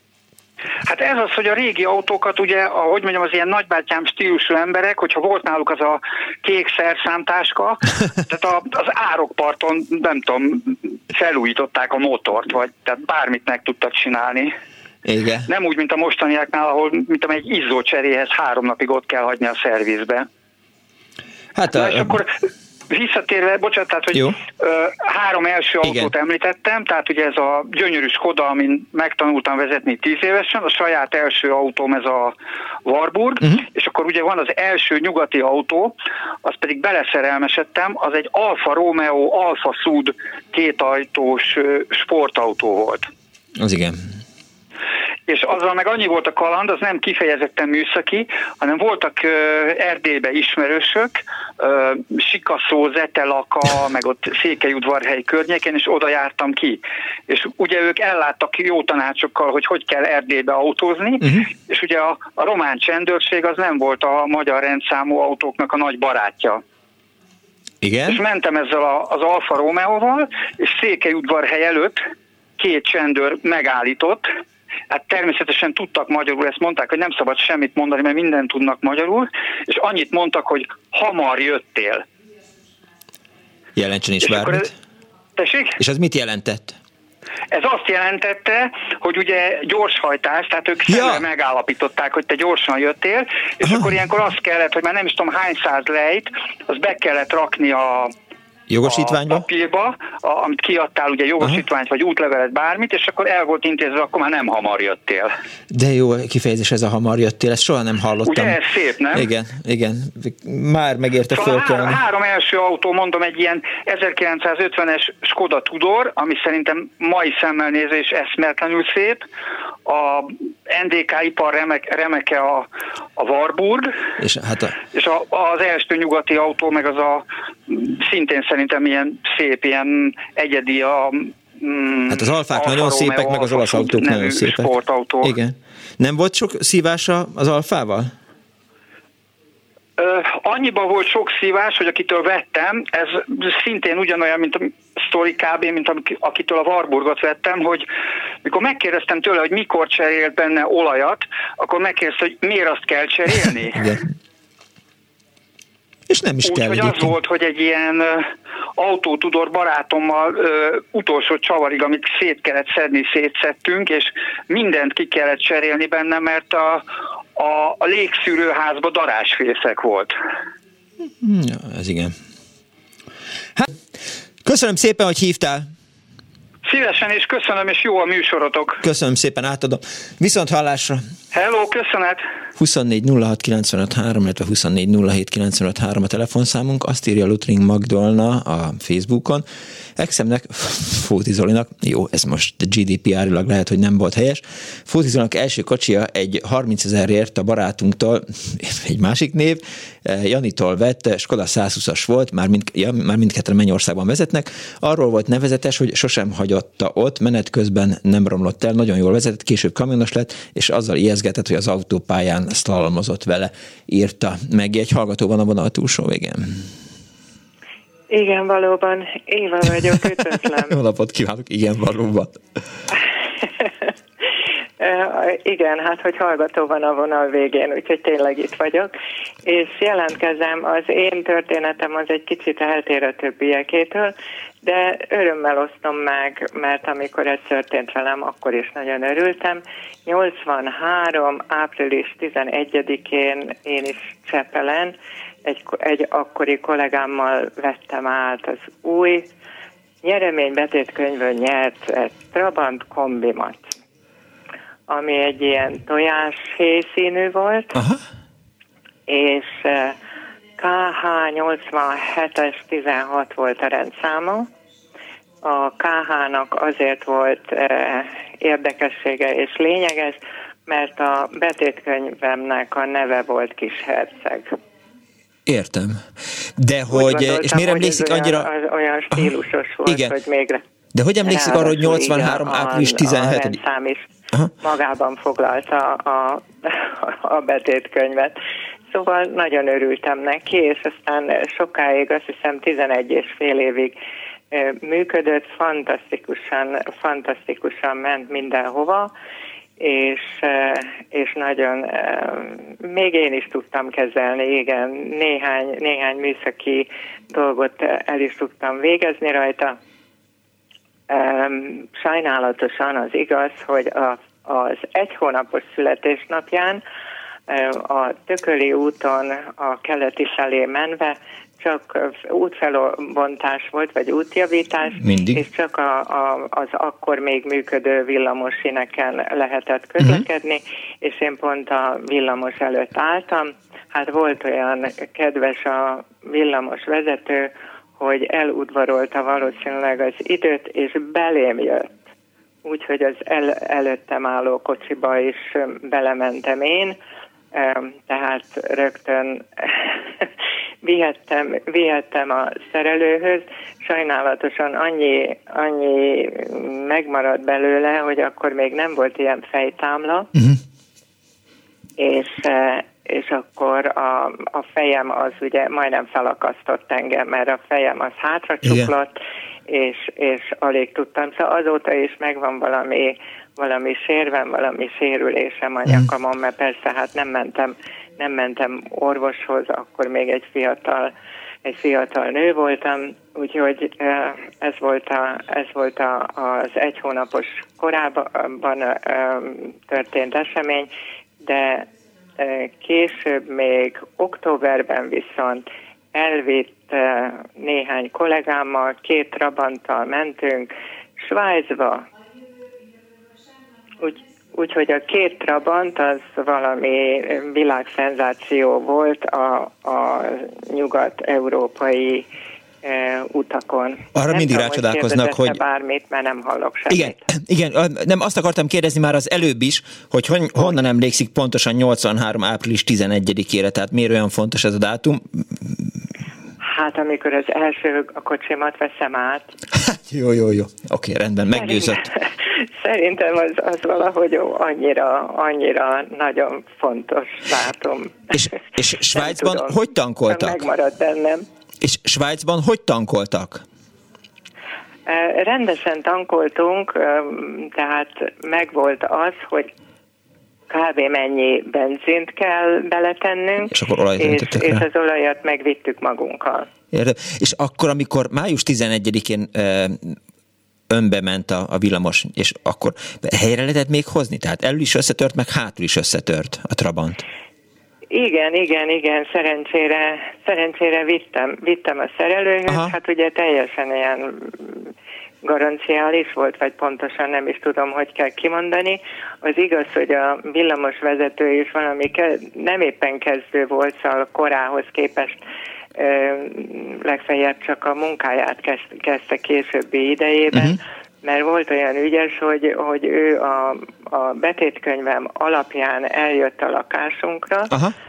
Hát ez az, hogy a régi autókat ugye, ahogy mondjam, az ilyen nagybátyám stílusú emberek, hogyha volt náluk az a kék szerszámtáska, tehát az árokparton, nem tudom, felújították a motort, vagy tehát bármit meg tudtak csinálni. Igen. Nem úgy, mint a mostaniáknál, ahol mint egy izzócseréhez 3 napig ott kell hagyni a szervizbe. Hát és akkor visszatérve, bocsánat, tehát, hogy 3 első autót említettem, tehát ugye ez a gyönyörű Skoda, amin megtanultam vezetni 10 évesen, a saját első autóm ez a Warburg, és akkor ugye van az első nyugati autó, azt pedig beleszerelmesedtem, az egy Alfa Romeo Alfa Sud kétajtós sportautó volt. Az igen. És azzal meg annyi volt a kaland, az nem kifejezetten műszaki, hanem voltak Erdélybe ismerősök, Sikaszó, Zetelaka, meg ott Székelyudvarhely környéken, és oda jártam ki. És ugye ők elláttak jó tanácsokkal, hogy kell Erdélybe autózni, és ugye a román csendőrség az nem volt a magyar rendszámú autóknak a nagy barátja. Igen? És mentem ezzel az Alfa Romeo-val, és Székelyudvarhely előtt 2 csendőr megállított. Hát természetesen tudtak magyarul, ezt mondták, hogy nem szabad semmit mondani, mert mindent tudnak magyarul, és annyit mondtak, hogy hamar jöttél. Jelentsen is bármit. Tessék? És ez mit jelentett? Ez azt jelentette, hogy ugye gyorshajtás, tehát ők szemben megállapították, hogy te gyorsan jöttél, és akkor ilyenkor azt kellett, hogy már nem is tudom hány száz lejt, azt be kellett rakni a jogosítványba? A papírba, amit kiadtál, ugye jogosítványt, vagy útlevelet, bármit, és akkor el volt intézve, akkor már nem hamar jöttél. De jó kifejezés ez a hamar jöttél, ezt soha nem hallottam. Ugye ez szép, nem? Igen. Már megérte fölkelni. 3 első autó, mondom, egy ilyen 1950-es Skoda Tudor, ami szerintem mai szemmel nézve is eszméletlenül szép. A NDK ipar remeke a Warburg, és az első nyugati autó, meg az a szintén szerintem ilyen szép, ilyen egyedi hát az Alfák nagyon szépek, meg az olasz autók nagyon szépek. Sportautó. Igen. Nem volt sok szívása az Alfával? Annyiban volt sok szívás, hogy akitől vettem, ez szintén ugyanolyan, mint a sztori kb., mint akitől a Warburgot vettem, hogy mikor megkérdeztem tőle, hogy mikor cserélt benne olajat, akkor megkérdezte, hogy miért azt kell cserélni. Igen. És nem is kell. Úgyhogy az volt, hogy egy ilyen autótudor barátommal utolsó csavarig, amit szét kellett szedni, szétszedtünk, és mindent ki kellett cserélni benne, mert a légszűrőházban darásfészek volt. Ja, ez igen. Hát, köszönöm szépen, hogy hívtál. Szívesen, és köszönöm, és jó a műsorotok. Köszönöm szépen, átadom. Viszont hallásra. Hello, köszönet. 24 06 95 3, illetve 24 07 95 3 a telefonszámunk. Azt írja Lutring Magdolna a Facebookon. Exemnek, Fóti Zolinak, jó, ez most GDPR-ilag lehet, hogy nem volt helyes, Fóti Zolinak első kocsia egy 30 000-ért a barátunktól, egy másik név, Janitól vett, Skoda 120-as volt, már mindketten Mennyországban vezetnek. Arról volt nevezetes, hogy sosem hagyotta ott, menet közben nem romlott el, nagyon jól vezetett, később kamionos lett, és azzal ijeszgetett, hogy az autópályán szlalmozott vele, írta meg. Egy hallgató van a vonal túlsó végén. Igen, valóban. Éva vagyok, üdvözlöm. Jó napot kívánok, igen, valóban. Igen, hát, hogy hallgató van a vonal végén, úgyhogy tényleg itt vagyok. És jelentkezem, az én történetem az egy kicsit eltér a többiekétől, de örömmel osztom meg, mert amikor ez történt velem, akkor is nagyon örültem. 83. április 11-én én is Csepelen egy akkori kollégámmal vettem át az új nyereménybetétkönyvön nyert egy Trabant kombimat, ami egy ilyen tojáshéj színű volt, aha, és KH 87-es 16 volt a rendszáma. A KH-nak azért volt érdekessége és lényeges, mert a betétkönyvemnek a neve volt Kisherceg. Értem. De hogy, és miért emlékszik annyira... Olyan stílusos volt, igen, hogy még... De hogy emlékszik arra, hogy 83. április 17? A rendszám is magában foglalta a betétkönyvet. Szóval nagyon örültem neki, és aztán sokáig, azt hiszem 11 és fél évig működött, fantasztikusan ment mindenhova, és nagyon, még én is tudtam kezelni, igen, néhány műszaki dolgot el is tudtam végezni rajta. Sajnálatosan az igaz, hogy az 1 hónapos születésnapján a Tököli úton a keleti felé menve csak útfelbontás volt, vagy útjavítás, mindig, és csak az akkor még működő villamos síneken lehetett közlekedni, és én pont a villamos előtt álltam. Hát volt olyan kedves a villamos vezető, hogy eludvarolta valószínűleg az időt, és belém jött. Úgyhogy az előttem álló kocsiba is belementem én, tehát rögtön vihettem a szerelőhöz. Sajnálatosan annyi megmaradt belőle, hogy akkor még nem volt ilyen fejtámla, és akkor a fejem az ugye majdnem felakasztott engem, mert a fejem az hátra csuklott, és alig tudtam. Szóval azóta is megvan valami sérvem, valami sérülésem a nyakamon, mert persze hát nem mentem orvoshoz, akkor még egy fiatal nő voltam, úgyhogy ez volt az 1 hónapos korában történt esemény, de később még októberben viszont elvitt néhány kollégámmal, 2 Trabanttal mentünk Svájcba. Úgyhogy a 2 Trabant az valami világszenzáció volt a nyugat-európai utakon. Arra mindig rácsodálkoznak, hogy... bármit, mert nem hallok semmit. Igen, nem azt akartam kérdezni már az előbb is, hogy honnan emlékszik pontosan 83. április 11-ére, tehát miért olyan fontos ez a dátum? Hát amikor az első a kocsimat veszem át. Jó. Oké, rendben, meggyőzött. Szerintem az valahogy annyira nagyon fontos dátum. És Svájcban hogy tankoltak? Megmaradt bennem. És Svájcban hogy tankoltak? Rendesen tankoltunk, tehát megvolt az, hogy kb. Mennyi benzint kell beletennünk, és az olajat megvittük magunkkal. Érde. És akkor, amikor május 11-én önbe ment a villamos, és akkor helyre lehetett még hozni? Tehát elől is összetört, meg hátul is összetört a Trabant. Igen, szerencsére vittem a szerelőhöz. Aha. Hát ugye teljesen ilyen garanciális volt, vagy pontosan nem is tudom, hogy kell kimondani. Az igaz, hogy a villamos vezető is valami nem éppen kezdő volt, szóval korához képest legfeljebb csak a munkáját kezdte későbbi idejében, mert volt olyan ügyes, hogy ő a betétkönyvem alapján eljött a lakásunkra,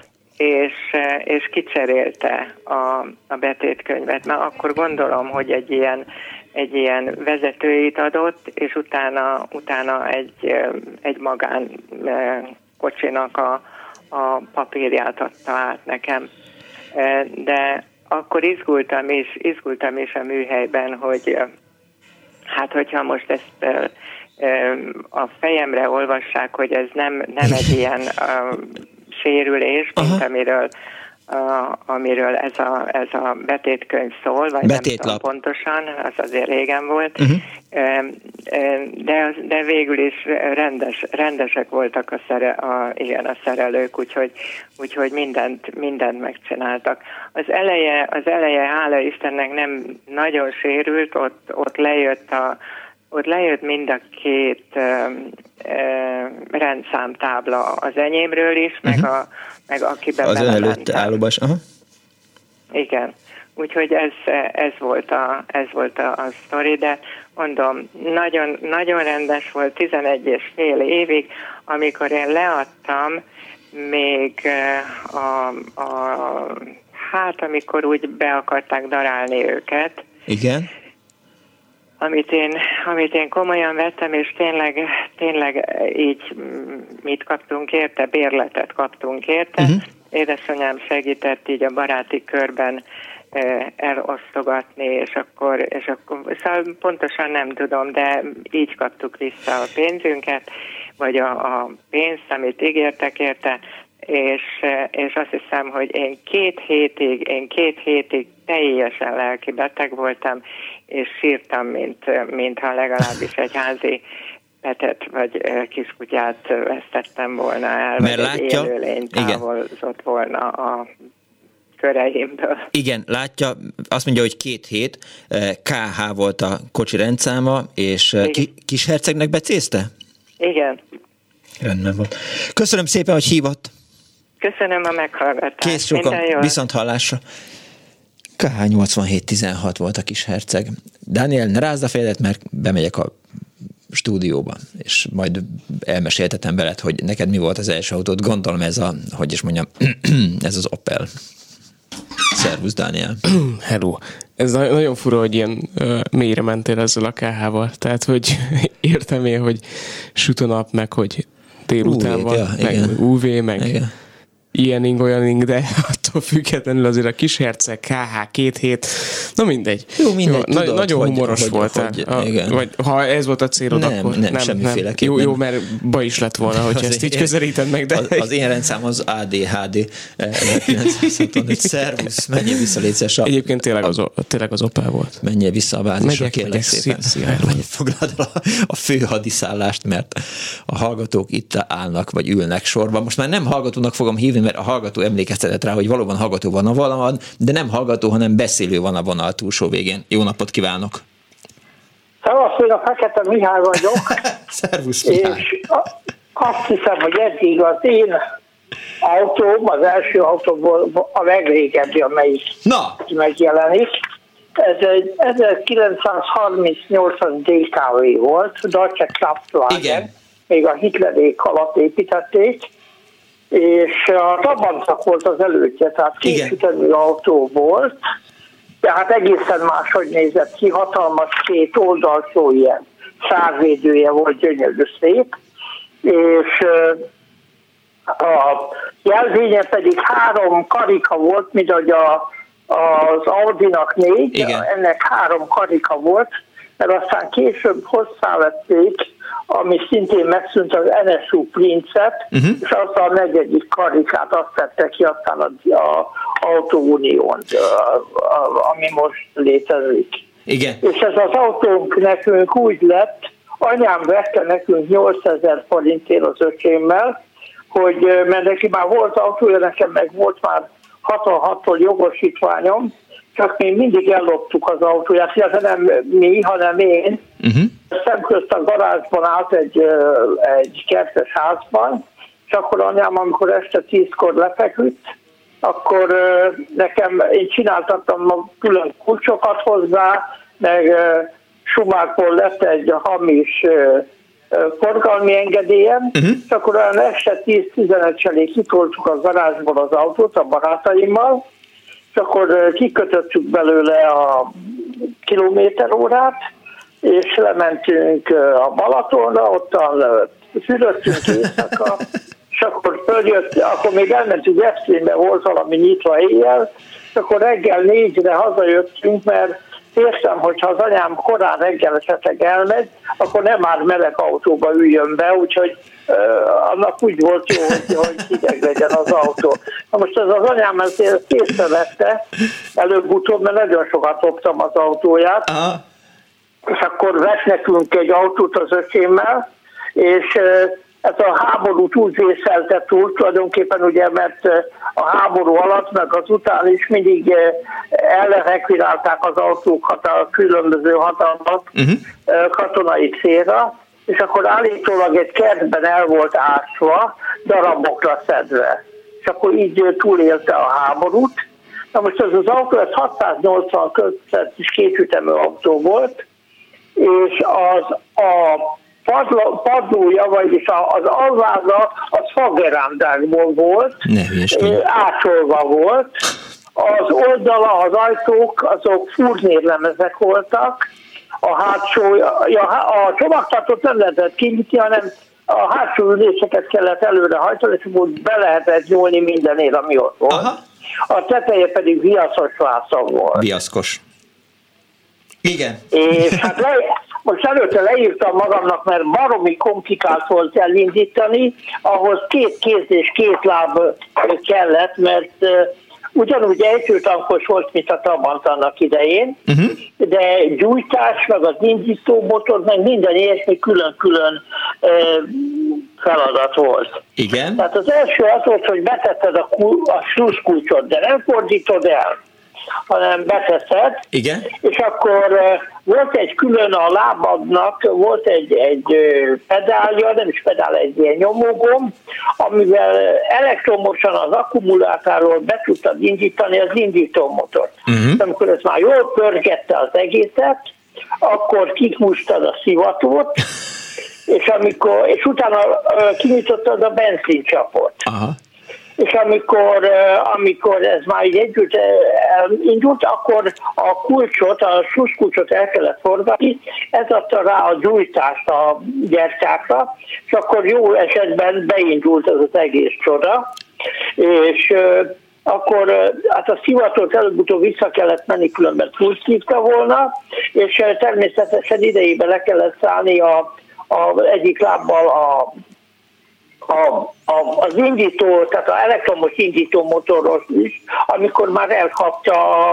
és kicserélte a betétkönyvet. Mert akkor gondolom, hogy egy ilyen vezetőit adott, és utána egy magán kocsinak a papírját adta át nekem. De akkor izgultam is a műhelyben, hogy hát hogyha most ezt a fejemre olvassák, hogy ez nem egy ilyen sérülés, mint amiről ez a betétkönyv szól, vagy nem tudom pontosan, az azért régen volt, de végül is rendesek voltak a szerelők, úgyhogy mindent megcsináltak. Az eleje, hála Istennek nem nagyon sérült, ott lejött mind a két rendszámtábla az enyémről is, meg akiben az belementem. Az előtt állóbas, Igen, úgyhogy ez volt a sztori, de mondom, nagyon, nagyon rendes volt 11,5 évig, amikor én leadtam, még amikor úgy be akarták darálni őket. Igen. Amit én komolyan vettem, és tényleg így mit kaptunk érte, bérletet kaptunk érte. Édesanyám segített így a baráti körben elosztogatni, és akkor szóval pontosan nem tudom, de így kaptuk vissza a pénzünket, vagy a pénzt, amit ígértek érte, és azt hiszem, hogy én két hétig teljesen lelki beteg voltam, és sírtam, mintha legalábbis egy házi petet vagy kiskutyát vesztettem volna el, mert vagy egy élőlény távozott volna a köreimből. Igen, látja, azt mondja, hogy 2 hét, KH volt a kocsi rendszáma, és Kishercegnek becézte? Igen. Rendben volt. Köszönöm szépen, hogy hívott. Köszönöm a meghallgatást. Kész sokan, viszont hallásra. KH 8716 volt a Kisherceg. Dániel, ne rázd a fejedet, mert bemegyek a stúdióba, és majd elmeséltetem veled, hogy neked mi volt az első autód. Gondolom ez ez az Opel. Szervusz, Dániel. Hello. Ez nagyon fura, hogy ilyen mélyre mentél ezzel a KH-val. Tehát, hogy értem én, hogy süt a nap, meg hogy délután van, meg UV, meg ilyening, olyaning, de attól függetlenül azért a Kisherceg, KH, 2 hét, na mindegy. Jó, mindegy, tudod, nagyon humoros voltál. Vagy ha ez volt a célod, akkor nem semmiféleképpen. Jó, mert baj is lett volna, hogyha ezt így közelíted meg. De az én rendszám az ADHD. Szervusz, menjél vissza, létszes. Egyébként tényleg az Opel volt. Menjél vissza a bázisra, kérlek szépen. Foglald el a fő hadiszállást, mert a hallgatók itt állnak, vagy ülnek sorban. Most már nem hallgatónak fogom hívni, mert a hallgató emlékeztetett rá, hogy valóban hallgató van a vonalon, de nem hallgató, hanem beszélő van a vonal túlsó végén. Jó napot kívánok! Szevasztok, a Fekete Mihály vagyok. Szervusz, Mihály! És azt hiszem, hogy eddig az én autóm, az első autóból a legrégebbi, amelyik megjelenik. Ez egy 1938-as DKV volt, Deutsche Kraftwagen, még a Hitlerék alatt építették, és a Trabantnak volt az előttje, tehát kétütemű autó volt, tehát egészen máshogy nézett ki, hatalmas 2 oldalsó ilyen szárvédője volt, gyönyörű szép, és a jelzénye pedig 3 karika volt, mint ahogy az Audinak 4, ennek 3 karika volt, mert aztán később hozzávették, ami szintén megszűnt, az NSU Princet, és aztán a 4. karikát azt tette ki aztán az Autóunión, ami most létezik. Igen. És ez az autónk nekünk úgy lett, anyám vette nekünk 8000 forintért az öcsémmel, hogy mert neki már volt autója, nekem meg volt már 66-tól jogosítványom, csak mi mindig elloptuk az autóját, illetve nem mi, hanem én. Szemközt a garázsban állt egy kertes házban, és akkor anyám, amikor este 10-kor lefeküdt, akkor én csináltattam a külön kulcsokat hozzá, meg Schumacherból lett egy hamis forgalmi engedélyem, és akkor olyan este 10-11 felé kitoltuk a garázsból az autót a barátaimmal, és akkor kikötöttük belőle a kilométerórát, és lementünk a Balatonra, ottan fürödtünk éjszaka, és akkor följött, akkor még elmentünk Veszprémbe, volt valami nyitva éjjel, és akkor reggel 4-re hazajöttünk, mert értem, hogyha az anyám korán reggel esetleg elmegy, akkor nem már meleg autóba üljön be, úgyhogy annak úgy volt jó, hogy hideg legyen az autó. Na most ez az anyám ezért észrevette előbb-utóbb, mert nagyon sokat loptam az autóját, és akkor vett nekünk egy autót az öcsémmel, és ez a háborút úgy vészelte túl tulajdonképpen, ugye, mert a háború alatt, meg az után is mindig elrekvirálták az autókat a különböző hatalmak katonai célra, és akkor állítólag egy kertben el volt ásva, darabokra szedve. És akkor így túlélte a háborút. Na most ez az autó, ez 680 köbcentis kétütemű autó volt, és a padlója, vagyis az alváza, az fagerándákból volt, ácsolva volt. Az oldala, az ajtók, azok furnérlemezek voltak. A csomagtartót nem lehetett kinyitni, hanem a hátsó üléseket kellett előre hajtani, és úgy be lehetett nyúlni mindenért, ami ott volt. A teteje pedig viaszos vászon volt. Viaszkos. Igen. És hát most előtte leírtam magamnak, mert baromi komplikált volt elindítani, ahhoz 2 kéz és 2 láb kellett, mert ugyanúgy ejtőtankos volt, mint a Trabant annak idején, de gyújtás, meg az indító motor, meg minden ilyesmi külön-külön feladat volt. Igen. Tehát az első az volt, hogy betetted a sluszkulcsot, de nem fordítod el, hanem beteszed, igen. És akkor volt egy külön a lábadnak, volt egy pedálja, nem is pedál, egy ilyen nyomógomb, amivel elektromosan az akkumulátorról be tudtad indítani az indítómotort. Amikor ez már jól pörgette az egészet, akkor kihúztad a szivatót, és utána kinyitottad a benzincsapot. És amikor ez már így együtt indult, akkor a kulcsot, a sluszkulcsot el kellett forgatni, ez adta rá a gyújtást a gyertyákra, és akkor jó esetben beindult ez az egész csoda, és akkor hát a szivatót előbb-utóbb vissza kellett menni, különben túlszívta volna, és természetesen idejében le kellett szállni az egyik lábbal az indító, tehát az elektromos indító motoros is, amikor már elkapta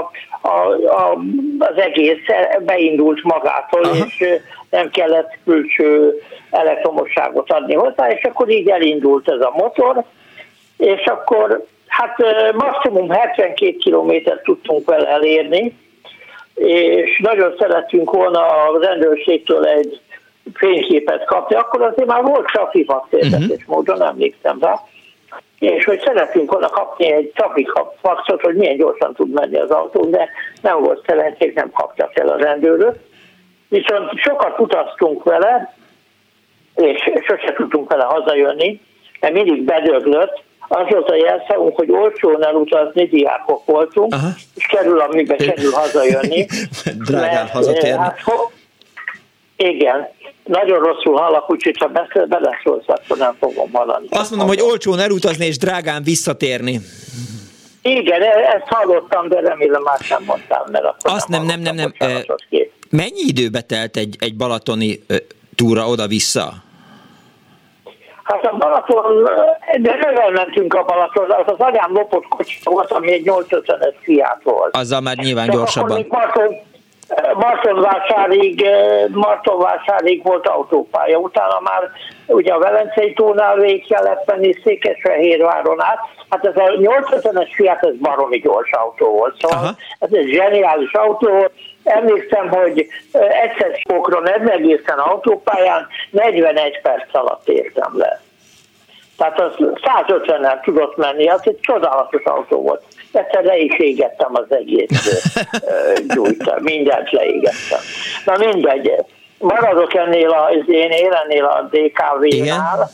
az egész, beindult magától, és nem kellett külső elektromosságot adni hozzá, és akkor így elindult ez a motor, és akkor hát maximum 72 kilométert tudtunk vele elérni, és nagyon szerettünk volna a rendőrségtől egy fényképet kapni, akkor azért már volt trafikfaxértetés módon, emlékszem rá, és hogy szeretnénk volna kapni egy trafikfaxot, hogy milyen gyorsan tud menni az autó, de nem volt szerencség, nem kaptak el a rendőrök. Viszont sokat utaztunk vele, és sose tudtunk vele hazajönni, mert mindig bedöglött. Az volt a jelszavunk, hogy olcsón elutazni, diákok voltunk, és kerül, amiben kerül hazajönni. Drágán hazatérni. Hát, igen, nagyon rosszul hallak, úgyhogy ha beleszólsz, akkor nem fogom hallani. Azt mondom, hogy olcsón elutazni és drágán visszatérni. Igen, ezt hallottam, de remélem más nem mondtam, mert akkor azt nem. Mennyi időbe telt egy balatoni túra oda-vissza? Hát a Balaton, de nem mentünk a Balatonra, az anyám lopott kocsi volt, ami egy 850-es Fiat volt. Azzal már nyilván gyorsabban. Martonvásárig volt autópálya, utána már ugye a Velencei tónál végig kellett menni Székesfehérváron át. Hát ez a 850-es Fiat, ez baromi gyors autó volt, szóval ez egy zseniális autó volt. Emlékszem, hogy egyszer Spokron nem egészen autópályán 41 perc alatt értem le. Tehát az 150-nel tudott menni, az egy csodálatos autó volt. Egyszer le is égettem az egész gyújt, mindent leégettem. Na mindegy, maradok én élennél a DKV-nál,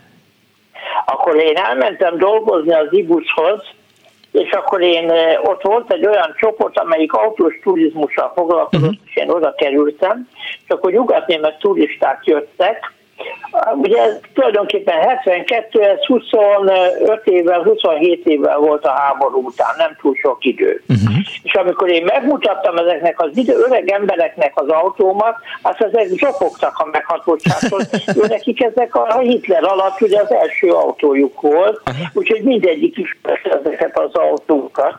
akkor én elmentem dolgozni az IBUS-hoz, és akkor ott volt egy olyan csoport, amelyik autós turizmussal foglalkozott, és én oda kerültem, és akkor nyugatnémet turisták jöttek. Ugye ez tulajdonképpen 72, ez 25 évvel, 27 évvel volt a háború után, nem túl sok idő. És amikor én megmutattam ezeknek az öreg embereknek az autómat, azt ezek zsopogtak a meghatottságtól. Nekik ezek a Hitler alatt ugye az első autójuk volt, úgyhogy mindegyik ismerte ezeket az autókat.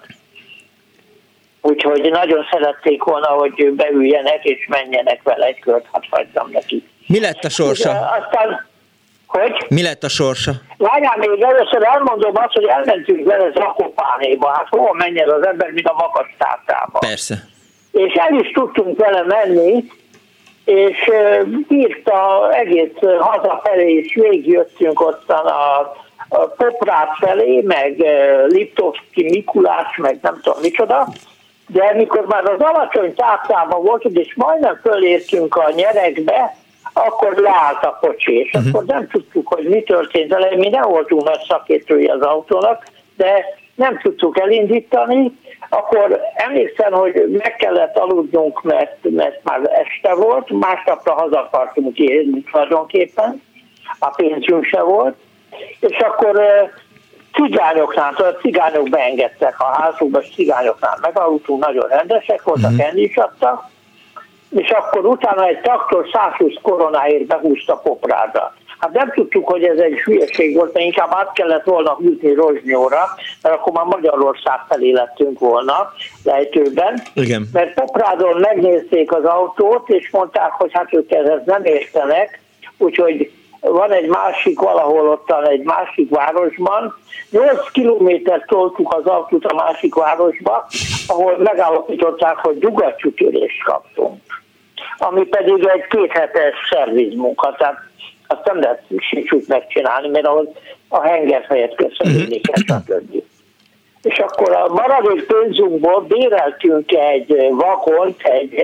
Úgyhogy nagyon szerették volna, hogy beüljenek és menjenek vele egy kört, hát hagytam nekik. Mi lett a sorsa? Aztán, hogy? Mi lett a sorsa? Várjál, még először elmondom azt, hogy elmentünk vele Zakopánéba. Hát hol menjen az ember, mint a makacstártába. Persze. És el is tudtunk vele menni, és bírta egész hazafelé, és végigjöttünk ottan a Poprád felé, meg Liptovszki Mikulás, meg nem tudom micsoda. De mikor már az alacsony távtában voltunk, és majdnem fölértünk a Nyerekbe, akkor leállt a kocsi, és akkor nem tudtuk, hogy mi történt vele. Mi nem voltunk nagy szakértői az autónak, de nem tudtuk elindítani. Akkor emlékszem, hogy meg kellett aludnunk, mert már este volt, másnapra haza akartunk érni tulajdonképpen, a pénzünk se volt, és akkor cigányok beengedtek a házukba, és cigányoknál megaludtunk, nagyon rendesek voltak, enni is adtak, és akkor utána egy traktor 120 koronáért behúzta Poprádra. Hát nem tudtuk, hogy ez egy hülyeség volt, mert inkább át kellett volna húzni Rozsnyóra, mert akkor már Magyarország felé lettünk volna lejtőben. Igen. Mert Poprádon megnézték az autót, és mondták, hogy hát ők ehhez nem értenek, úgyhogy van egy másik, valahol ottan egy másik városban, 8 kilométert toltuk az autót a másik városba, ahol megállapították, hogy dugattyútörést kaptunk. Ami pedig egy 2 hetes szervizmunka, tehát azt nem lehet sicsút megcsinálni, mert ahhoz a henger helyett köszönni kell, stb. És akkor a maradék pénzünkból béreltünk egy vakont,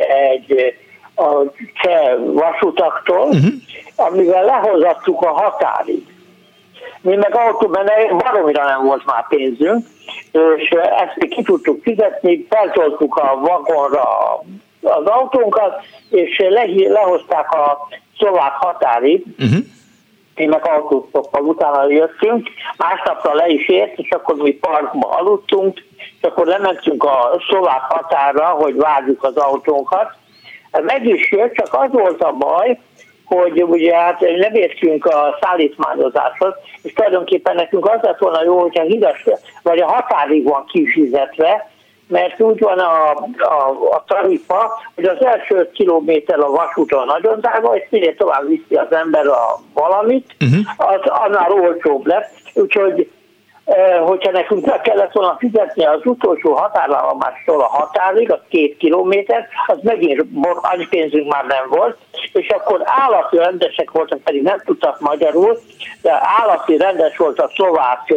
a cseh vasutaktól, amivel lehozattuk a határig. Mi meg autóban baromira nem volt már pénzünk, és ezt ki tudtuk fizetni, feltoltuk a vagonra az autónkat, és lehozták a szlovák határig, én meg autóstoppal utána jöttünk, másnapra le is ért, és akkor mi parkba aludtunk, és akkor lementünk a szlovák határra, hogy várjuk az autónkat. Meg is jött, csak az volt a baj, hogy ugye hát nem értünk a szállítmányozáshoz, és tulajdonképpen nekünk az lett volna jó, hogyha hidas, vagy a határig van kifizetve, mert úgy van a tarifa, hogy az első 5 kilométer a vasúton nagyon drága, és minél tovább viszi az ember valamit, az annál olcsóbb lesz. Úgyhogy hogyha nekünk meg kellett volna fizetni az utolsó határállomástól a határig, az 2 kilométer, az megint annyi pénzünk már nem volt, és akkor állati rendesek voltak, pedig nem tudtak magyarul, de állati rendes volt a szlovák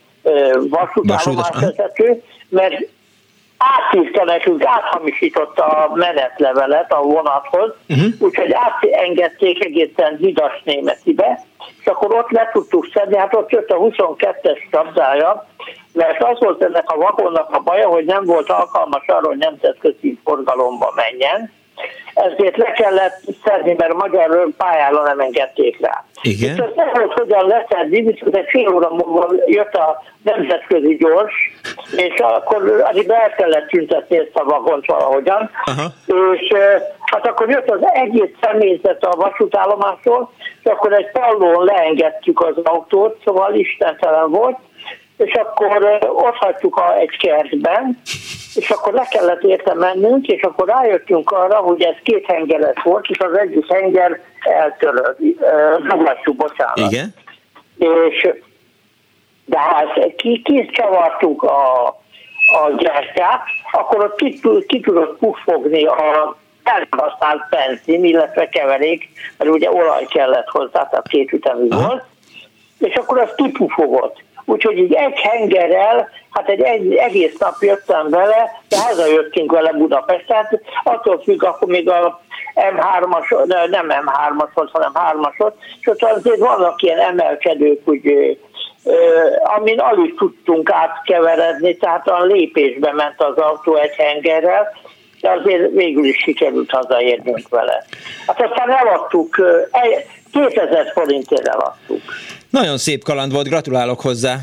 vasútállomásvezető, mert átírta nekünk, áthamisította a menetlevelet a vonathoz, úgyhogy átengedték egészen Hidas Németibe, és akkor ott le tudtuk szedni, hát ott jött a 22-es csapdája, mert az volt ennek a vagonnak a baja, hogy nem volt alkalmas arra, hogy nemzetközi forgalomba menjen, ezért le kellett szedni, mert a magyar pályára nem engedték rá. Igen. És nem volt hogyan leszedni, viszont egy fél óra múlva jött a nemzetközi gyors, és akkor azért el kellett tüntetni ezt a vagont valahogyan, és hát akkor jött az egész személyzet a vasútállomásról, és akkor egy pallón leengedtük az autót, szóval istentelen volt, és akkor ott hagytuk egy kertben, és akkor le kellett érte mennünk, és akkor rájöttünk arra, hogy ez 2 hengeres volt, és az egyik henger eltörött, bocsánat. Igen. És de hát kicsavartuk a gyertyát, akkor ott ki tudott puffogni a elhasznált benzin, illetve keverék, mert ugye olaj kellett hozzá, tehát 2 ütemű volt, és akkor az kipufogott. Úgyhogy így egy hengerrel, hát egy egész nap jöttem vele, de hazajöttünk vele Budapestre, hát attól függ, akkor még a M3-as, nem M3-as, hanem 3-asot, és ott azért vannak ilyen emelkedők, úgy, amin alig tudtunk átkeveredni, tehát a lépésbe ment az autó egy hengerrel, de azért végül is sikerült hazaérnünk vele. Hát aztán eladtuk, 2000 forintért eladtuk. Nagyon szép kaland volt, gratulálok hozzá.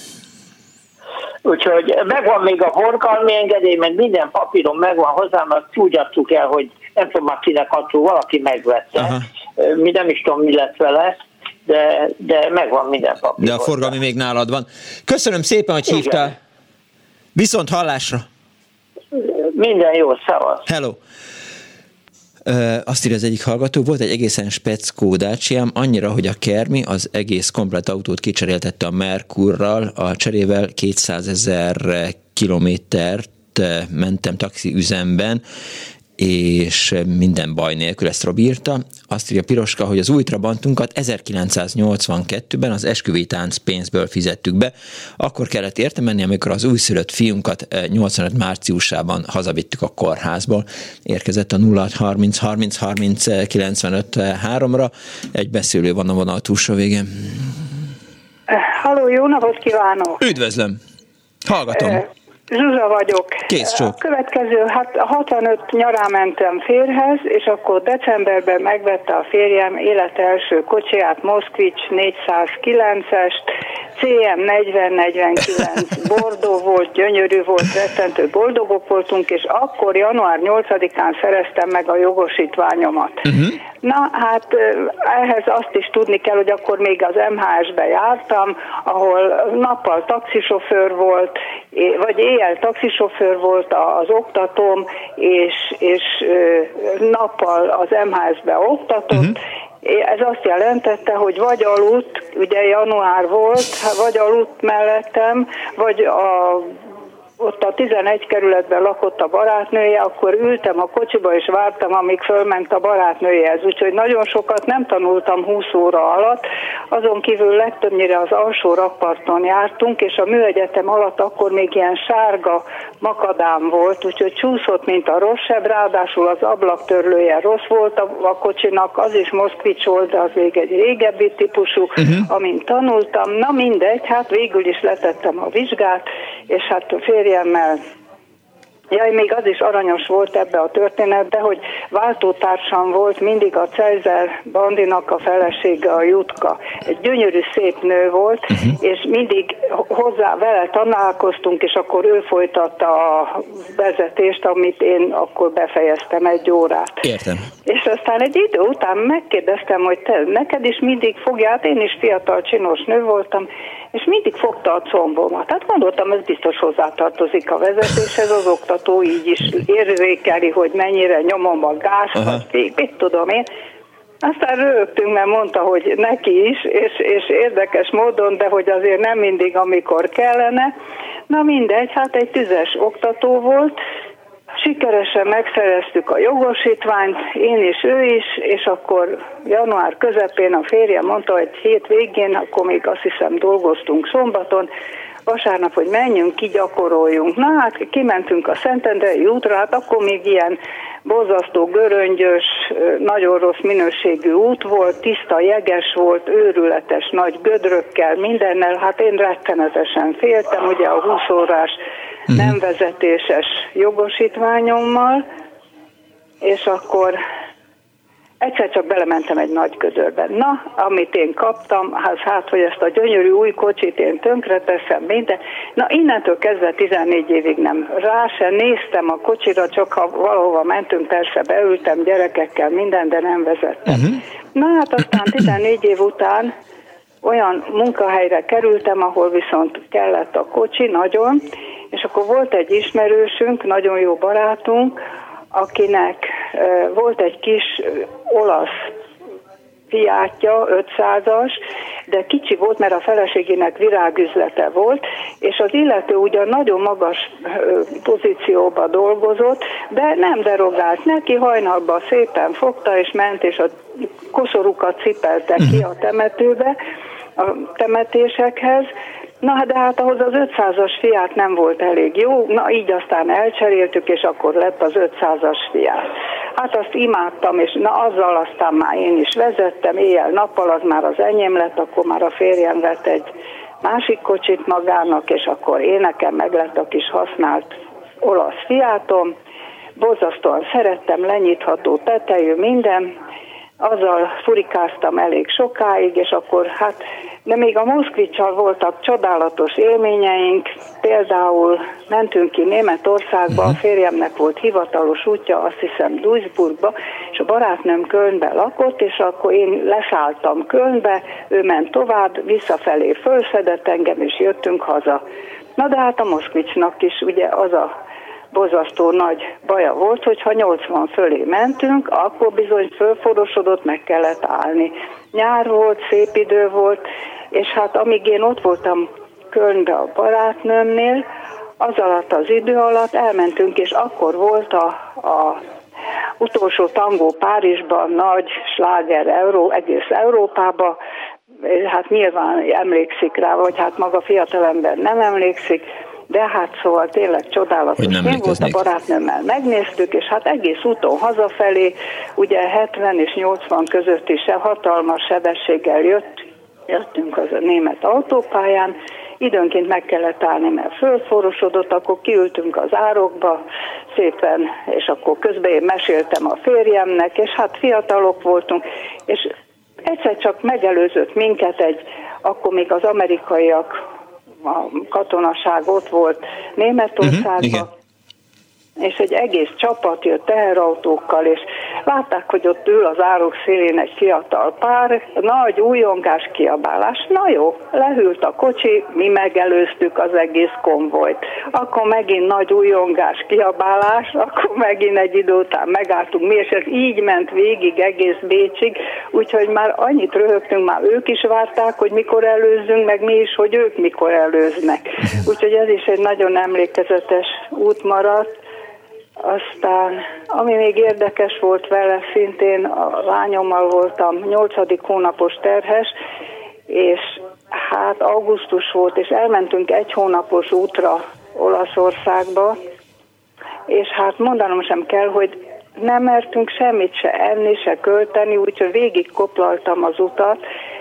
Úgyhogy megvan még a forgalmi engedély, meg minden papíron megvan hozzá, mert úgy adtuk el, hogy nem tudom már kinek adtuk, valaki megvette. Aha. Mi nem is tudom, mi lett vele, de megvan minden papír. De a forgalmi még nálad van. Köszönöm szépen, hogy hívtál. Viszont hallásra. Minden jó, szavaz. Hello. Azt írja az egyik hallgató, volt egy egészen speckó Daciám, annyira, hogy a Kermi az egész komplet autót kicseréltette a Merkurral, a cserével 200 000 kilométert mentem taxi üzemben, és minden baj nélkül ezt Robi írta. Azt írja Piroska, hogy az új Trabantunkat 1982-ben az esküvői tánc pénzből fizettük be. Akkor kellett érte menni, amikor az újszülött fiunkat 85 márciusában hazavittük a kórházból. Érkezett a 0630 30 30 95 3-ra. Egy beszélő van a vonal túlsó végén. Halló, jó napot kívánok! Üdvözlöm! Hallgatom! Zsuzsa vagyok. A következő, 65 nyarán mentem férhez, és akkor decemberben megvette a férjem élet első kocsiját, Moszkvics 409-est, CM 4049, Bordó volt, gyönyörű volt, rettentő boldogok voltunk, és akkor január 8-án szereztem meg a jogosítványomat. Na, hát ehhez azt is tudni kell, hogy akkor még az MHS-be jártam, ahol nappal taxisofőr volt, vagy éjjel taxisofőr volt az oktatóm, és nappal az MHS-be oktatott. Ez azt jelentette, hogy vagy aludt, ugye január volt, vagy aludt mellettem, vagy ott a 11 kerületben lakott a barátnője, akkor ültem a kocsiba és vártam, amíg fölment a barátnőjehez. Úgyhogy nagyon sokat nem tanultam 20 óra alatt, azon kívül legtöbbnyire az alsó rakparton jártunk, és a műegyetem alatt akkor még ilyen sárga makadám volt, úgyhogy csúszott, mint a rosszabb, ráadásul az ablaktörlője rossz volt a kocsinak, az is Moszkvics volt, de az még egy régebbi típusú, amint tanultam. Na mindegy, hát végül is letettem a vizsgát, és hát a férjemmel, még az is aranyos volt ebbe a történetbe, hogy váltótársam volt mindig a Cejzer Bandinak a felesége, a Jutka. Egy gyönyörű szép nő volt, és mindig hozzá vele találkoztunk, és akkor ő folytatta a vezetést, amit én akkor befejeztem 1 órát. Értem. És aztán egy idő után megkérdeztem, hogy te neked is mindig fogja, hát én is fiatal csinos nő voltam, és mindig fogta a combomat. Hát gondoltam, ez biztos hozzátartozik a vezetéshez, az oktató így is érzékeli, hogy mennyire nyomom a gázt, mit tudom én. Aztán rögtünk, mert mondta, hogy neki is, és érdekes módon, de hogy azért nem mindig, amikor kellene. Na mindegy, hát egy tüzes oktató volt, sikeresen megszereztük a jogosítványt, én és ő is, és akkor január közepén a férjem mondta, hogy hét végén, akkor még azt hiszem dolgoztunk szombaton, vasárnap, hogy menjünk ki, gyakoroljunk. Na hát kimentünk a Szentendrei útra, hát akkor még ilyen borzasztó göröngyös, nagyon rossz minőségű út volt, tiszta jeges volt, őrületes nagy gödrökkel, mindennel, hát én rettenetesen féltem, ugye a 20 órás nem vezetéses jogosítványommal, és akkor egyszer csak belementem egy nagy gödörbe. Na, amit én kaptam, hát hogy ezt a gyönyörű új kocsit én tönkreteszem, minden. Na, innentől kezdve 14 évig nem rá sem néztem a kocsira, csak ha valahova mentünk, persze beültem gyerekekkel, minden, de nem vezettem. Na, hát aztán 14 év után olyan munkahelyre kerültem, ahol viszont kellett a kocsi nagyon, és akkor volt egy ismerősünk, nagyon jó barátunk, akinek volt egy kis olasz Fiatja, 500-as, de kicsi volt, mert a feleségének virágüzlete volt, és az illető ugyan nagyon magas pozícióba dolgozott, de nem derogált neki, hajnalban szépen fogta és ment, és a koszorúkat cipelte ki a temetőbe, a temetésekhez. Na, de hát ahhoz az 500-as Fiat nem volt elég jó, na így aztán elcseréltük, és akkor lett az 500-as Fiat. Hát azt imádtam, és na azzal aztán már én is vezettem, éjjel-nappal, az már az enyém lett, akkor már a férjem vett egy másik kocsit magának, és akkor én nekem meg lett a kis használt olasz Fiatom. Borzasztóan szerettem, lenyitható tetejű, minden, azzal furikáztam elég sokáig, és akkor hát, de még a Moszkvicsal voltak csodálatos élményeink, például mentünk ki Németországba, a férjemnek volt hivatalos útja, azt hiszem Duisburgba, és a barátnőm Kölnben lakott, és akkor én leszálltam Kölnbe, ő ment tovább, visszafelé fölszedett engem, és jöttünk haza. Na de hát a Moszkvicsnak is ugye az a borzasztó nagy baja volt, hogy ha 80 fölé mentünk, akkor bizony fölforosodott, meg kellett állni. Nyár volt, szép idő volt, és hát amíg én ott voltam Kölnbe a barátnőmnél, az alatt az idő alatt elmentünk, és akkor volt a utolsó tangó Párizsban, nagy sláger egész Európában, hát nyilván emlékszik rá, vagy hát maga fiatalember nem emlékszik, de hát szóval tényleg csodálatos. Én volt a barátnőmmel, megnéztük, és hát egész úton hazafelé, ugye 70 és 80 között is hatalmas sebességgel jöttünk az a német autópályán, időnként meg kellett állni, mert fölforosodott, akkor kiültünk az árokba szépen, és akkor közben én meséltem a férjemnek, és hát fiatalok voltunk, és egyszer csak megelőzött minket akkor még az amerikaiak, a katonaság ott volt Németországban, és egy egész csapat jött teherautókkal, és látták, hogy ott ül az árok szélén egy fiatal pár, nagy újongás, kiabálás. Na jó, lehűlt a kocsi, mi megelőztük az egész konvojt. Akkor megint nagy újongás, kiabálás, akkor megint egy idő után megálltunk mi, és ez így ment végig egész Bécsig, úgyhogy már annyit röhögtünk, már ők is várták, hogy mikor előzzünk, meg mi is, hogy ők mikor előznek. Úgyhogy ez is egy nagyon emlékezetes út maradt. Aztán, ami még érdekes volt vele, szintén a lányommal voltam 8. hónapos terhes, és hát augusztus volt, és elmentünk 1 hónapos útra Olaszországba, és hát mondanom sem kell, hogy nem mertünk semmit se enni, se költeni, úgyhogy végig koplaltam az utat,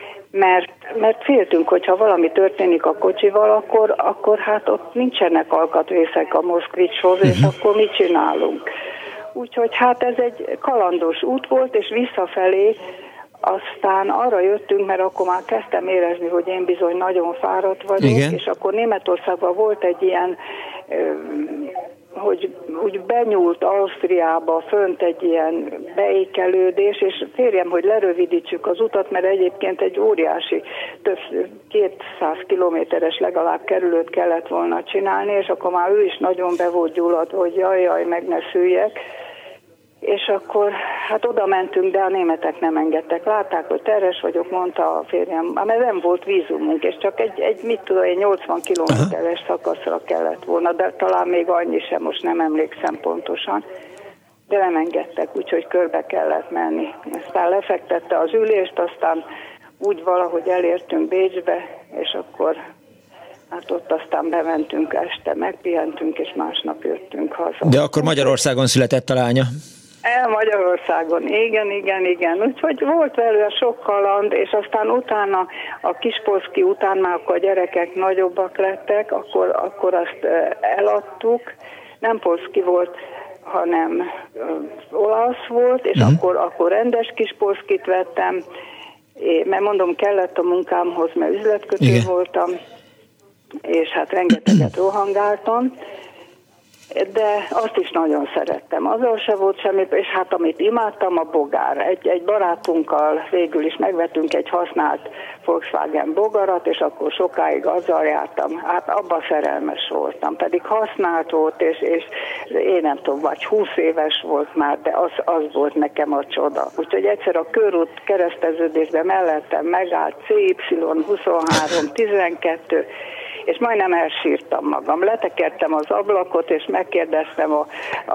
mert féltünk, hogyha valami történik a kocsival, akkor hát ott nincsenek alkatrészek a Moszkvicshoz, és akkor mit csinálunk. Úgyhogy hát ez egy kalandos út volt, és visszafelé aztán arra jöttünk, mert akkor már kezdtem érezni, hogy én bizony nagyon fáradt vagyok, és akkor Németországban volt egy ilyen, hogy úgy benyúlt Ausztriába fönt egy ilyen beékelődés, és férjem, hogy lerövidítsük az utat, mert egyébként egy óriási, több 200 kilométeres legalább kerülőt kellett volna csinálni, és akkor már ő is nagyon be volt gyulladva, hogy jaj, meg ne szüljek. És akkor hát oda mentünk, de a németek nem engedtek. Látták, hogy terhes vagyok, mondta a férjem, mert nem volt vízumunk, és csak egy 80 kilométeres szakaszra kellett volna, de talán még annyi sem, most nem emlékszem pontosan. De nem engedtek, úgyhogy körbe kellett menni. Aztán lefektette az ülést, aztán úgy valahogy elértünk Bécsbe, és akkor hát ott aztán bementünk este, megpihentünk, és másnap jöttünk haza. De akkor Magyarországon született a lánya? Magyarországon, igen. Úgyhogy volt belőle sok kaland, és aztán utána a Kispolszki után már akkor a gyerekek nagyobbak lettek, akkor azt eladtuk. Nem polszki volt, hanem olasz volt, és akkor rendes Kispolszkit vettem, mert mondom, kellett a munkámhoz, mert üzletkötő voltam, és hát rengeteget rohangáltam. de azt is nagyon szerettem. Azzal se volt semmi, és hát amit imádtam, a bogár. Egy barátunkkal végül is megvettünk egy használt Volkswagen bogarat, és akkor sokáig azzal jártam. Hát abban szerelmes voltam, pedig használt volt, és én nem tudom, vagy 20 éves volt már, de az volt nekem a csoda. Úgyhogy egyszer a körút kereszteződésben mellettem megállt CY2312, és majdnem elsírtam magam. Letekertem az ablakot, és megkérdeztem a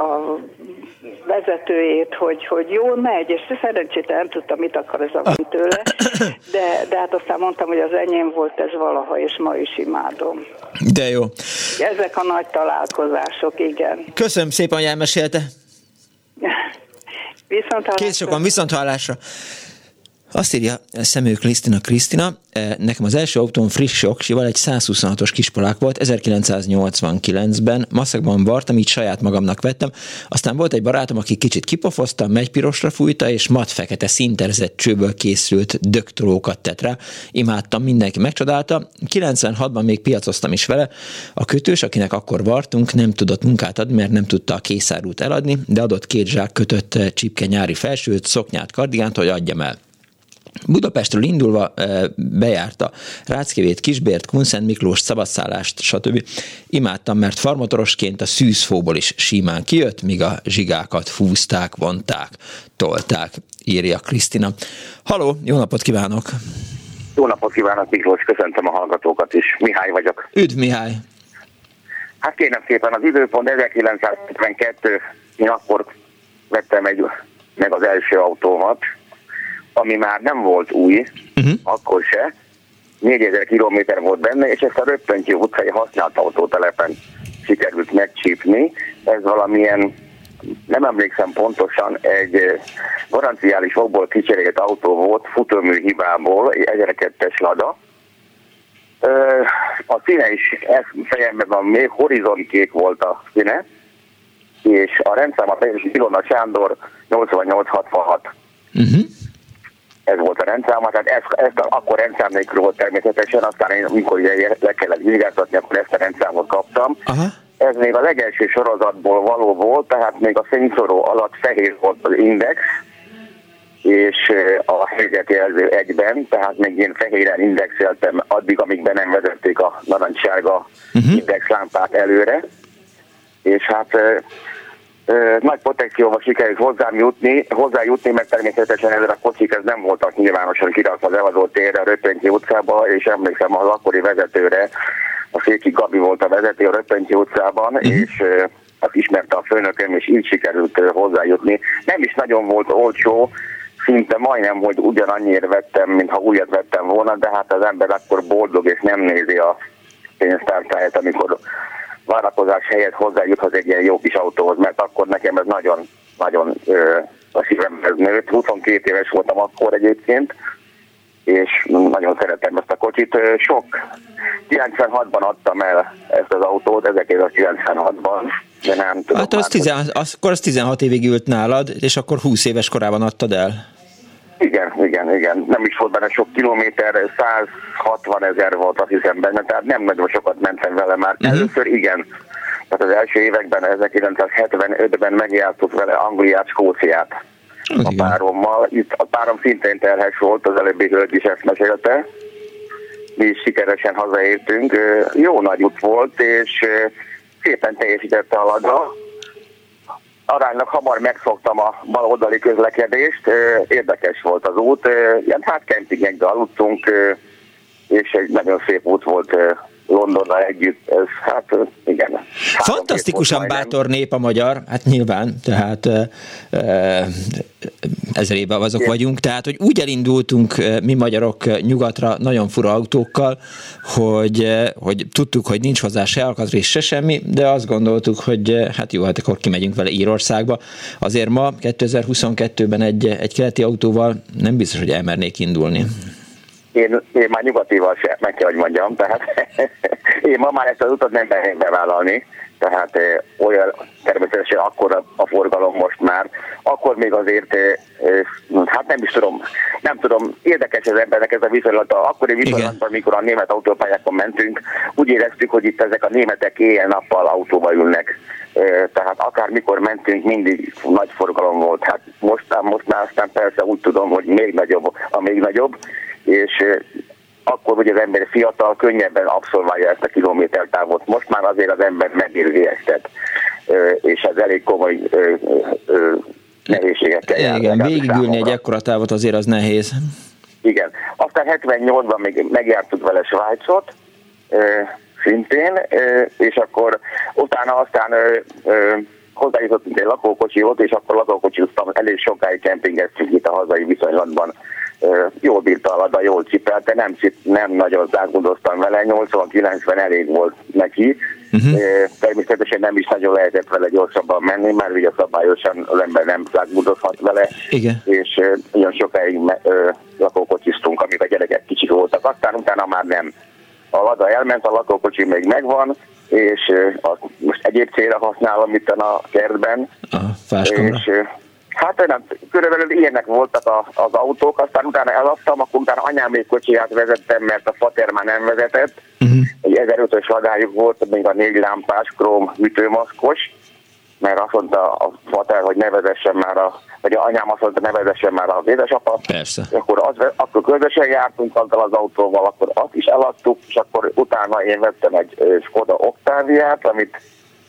vezetőjét, hogy jól megy, és szerencsére nem tudtam, mit akar ez a van tőle, de hát aztán mondtam, hogy az enyém volt ez valaha, és ma is imádom. De jó. Ezek a nagy találkozások, igen. Köszönöm szépen, hogy elmesélte. Viszonthallásra. Azt írja Szemők Krisztina, nekem az első autóm friss oksival egy 126-os kispolák volt, 1989-ben, maszakban vartam, így saját magamnak vettem, aztán volt egy barátom, aki kicsit kipofozta, megypirosra fújta, és matt-fekete szinterzett csőből készült dögtolókat tett rá. Imádtam, mindenki megcsodálta. 96-ban még piacoztam is vele. A kötős, akinek akkor vartunk, nem tudott munkát adni, mert nem tudta a készárút eladni, de adott 2 zsák kötött csipke nyári felsőt, szoknyát, kardigánt, hogy adjam el. Budapestről indulva bejárta Ráckevét, Kisbért, Kunszent Miklós, szabadszállást, stb. Imádtam, mert farmotorosként a szűzfóból is simán kijött, míg a zsigákat fúzták, vonták, tolták, írja Krisztina. Halló, jó napot kívánok! Jó napot kívánok, Miklós, köszöntöm a hallgatókat is. Mihály vagyok. Üdv, Mihály! Hát kérem szépen, az időpont 1972, én akkor vettem meg az első autómat, ami már nem volt új, akkor se, 4000 kilométer volt benne, és ezt a Röppöntyi utcai használt autótelepen sikerült megcsípni. Ez valamilyen, nem emlékszem pontosan, egy garanciális okból kicserélt autó volt, futómű hibából, egy 1002-es Lada. A színe is fejemben van még, horizontkék volt a színe, és a rendszáma Ilona Sándor 8866. Ez volt a rendszáma, tehát ezt akkor rendszám nélkül volt természetesen, aztán én, amikor le kellett vizsgáltatni, akkor ezt a rendszámot kaptam. Aha. Ez még a legelső sorozatból való volt, tehát még a fényszóró alatt fehér volt az index, és a helyzetjelző egyben, tehát még én fehéren indexeltem addig, amíg be nem vezették a narancssárga indexlámpát előre, és hát nagy protekcióval sikerült hozzájutni, mert természetesen ezzel a kocsik ez nem voltak nyilvánosan kirakva az Evadó térre, a Röppöntyi utcába, és emlékszem az akkori vezetőre, a Széki Gabi volt a vezető a Röppöntyi utcában, és azt ismerte a főnököm, és így sikerült hozzájutni. Nem is nagyon volt olcsó, szinte majdnem, hogy ugyanannyira vettem, mintha újat vettem volna, de hát az ember akkor boldog, és nem nézi a pénztárcáját, amikor várakozás helyett hozzájuthat egy ilyen jó kis autóhoz, mert akkor nekem ez nagyon a szívemhez nőtt. 22 éves voltam akkor egyébként, és nagyon szeretem ezt a kocsit. 96-ban adtam el ezt az autót, 1996-ban, de nem tudom. Hát akkor az 16 évig ült nálad, és akkor 20 éves korában adtad el. Igen. Nem is volt benne sok kilométer, 160 000 volt, azt hiszem benne, tehát nem nagyon sokat mentem vele már. Először igen. Tehát az első években, 1975-ben megjártuk vele Angliát, Skóciát a párommal. Itt a párom szintén terhes volt, az előbbi hölgy is ezt mesélte. Mi is sikeresen hazaértünk. Jó nagy út volt, és szépen teljesítette a Lada. Aránylag hamar megszoktam a baloldali közlekedést, érdekes volt az út, ilyen kempingekbe aludtunk, és egy nagyon szép út volt Londonnal együtt, ez igen. Fantasztikusan bátor nép a magyar, hát nyilván, tehát 1000 éve azok vagyunk, tehát hogy úgy elindultunk mi magyarok nyugatra nagyon fura autókkal, hogy tudtuk, hogy nincs hozzá se alkatrész, se semmi, de azt gondoltuk, hogy hát jó, hát akkor kimegyünk vele Írországba. Azért ma 2022-ben egy keleti autóval nem biztos, hogy elmernék indulni. Én már nyugatival sem, meg kell, hogy mondjam, tehát én ma már ezt az utat nem mernék bevállalni, Tehát olyan természetesen akkor a forgalom most már, akkor még azért, hát nem tudom, érdekes az embernek ez a viszonylata. Akkori viszonylatban, amikor a német autópályákon mentünk, úgy éreztük, hogy itt ezek a németek éjjel-nappal autóba ülnek. Tehát akármikor mentünk, mindig nagy forgalom volt. Hát most már aztán persze úgy tudom, hogy még nagyobb, és akkor, hogy az ember fiatal, könnyebben abszolválja ezt a kilométertávot. Most már azért az ember megérzi ezt, és ez elég komoly nehézségekkel jár. Igen, végigülni egy ekkora távot azért az nehéz. Igen. Aztán 78-ban még megjártuk vele Svájcot, szintén, és akkor utána hozzájutottunk egy lakókocsihoz, és akkor lakókocsiztam, elég sokáig kempingeztünk itt a hazai viszonylatban. Jól bírta a Lada, jól cipelte, nem nagyon zárgódoztam vele, 80-90 elég volt neki. Természetesen nem is nagyon lehetett vele gyorsabban menni, mert ugye szabályosan az ember nem zárgódozhat vele. Igen. És nagyon sokáig lakókocsiztunk, amíg a gyerekek kicsik voltak. Aztán utána már nem. A Lada elment, a lakókocsi még megvan, és most egyéb célra használom itt a kertben. És hát nem, körülbelül ilyenek voltak az autók, aztán utána eladtam, akkor utána anyámék kocsiját vezettem, mert a fater már nem vezetett. Egy 1500-ös ladájuk volt, még a 4 lámpás króm hűtőmaszkos, mert azt mondta a fater, hogy ne vezessen már vagy a anyám azt mondta, ne vezessen már az édesapa. Persze. Akkor közösen jártunk azzal az autóval, akkor azt is eladtuk, és akkor utána én vettem egy Skoda Octaviát, amit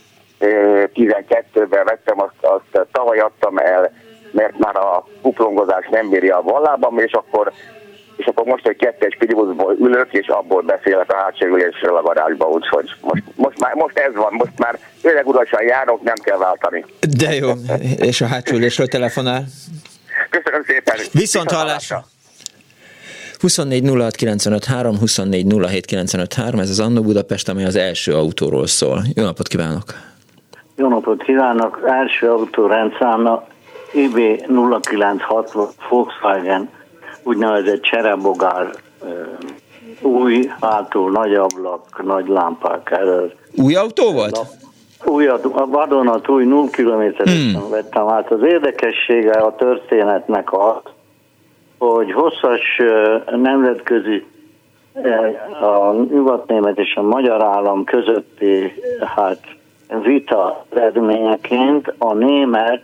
12-ben vettem, azt tavaly adtam el, mert már a kuplongozás nem bírja a vallábam, és akkor most egy 2-es Priusból ülök, és abból beszélek a hátsó ülésről a garázsba, úgyhogy most ez van, most már öreg urasan járok, nem kell váltani. De jó, és a hátsó ülésről telefonál? Köszönöm szépen! Viszont hallásra! 24 06 95 3, 24 07 95 3, ez az Annó Budapest, amely az első autóról szól. Jó napot kívánok! Jó napot kívánok! Első autó rendszáma IB 0960 Volkswagen, úgynevezett cserebogár, új, hátul nagy ablak, nagy lámpák elől. Új autó volt? A vadonatúj 0 kilométeresen vettem át. Az érdekessége a történetnek az, hogy hosszas nemzetközi a nyugatnémet és a magyar állam közötti vita eredményeként a német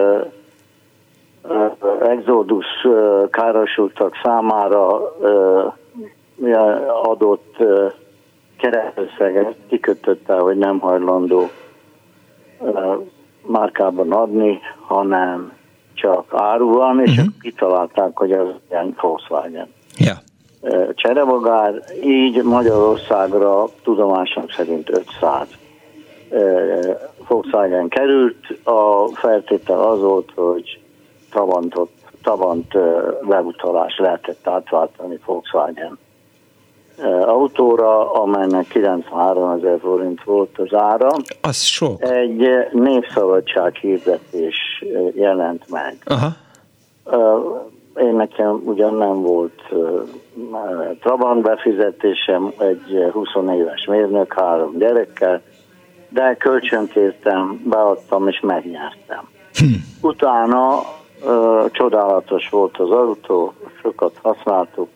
exodus károsultak számára adott keretösszeget kikötötte, hogy nem hajlandó márkában adni, hanem csak áruan, és kitalálták, hogy az ilyen Volkswagen. Ja. Cserebogár, így Magyarországra tudomásom szerint 500 Volkswagen került. A feltétel az volt, hogy Trabant beutalás lehetett átváltani Volkswagen autóra, amelynek 93 000 forint volt az ára. Az sok. Egy népszabadság hirdetés jelent meg. Aha. Én nekem ugyan nem volt Trabant befizetésem, egy 20 éves mérnök, 3 gyerekkel, de kölcsönkértem, beadtam és megnyertem. Utána csodálatos volt az autó, sokat használtuk.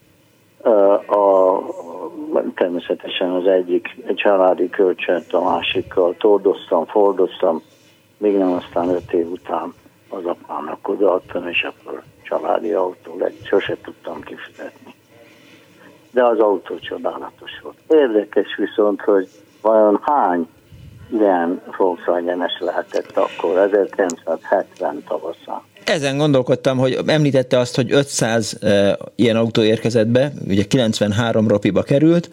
Természetesen az egyik egy családi kölcsönt, a másikkal fordoztam, még nem aztán 5 év után az apámnak odaadtam, és akkor családi autó lett, sose tudtam kifizetni. De az autó csodálatos volt. Érdekes viszont, hogy vajon hány ilyen Volkswagen-es lehetett akkor, 1970 tavaszán. Ezen gondolkodtam, hogy említette azt, hogy 500 ilyen autó érkezett be, ugye 93 ropiba került,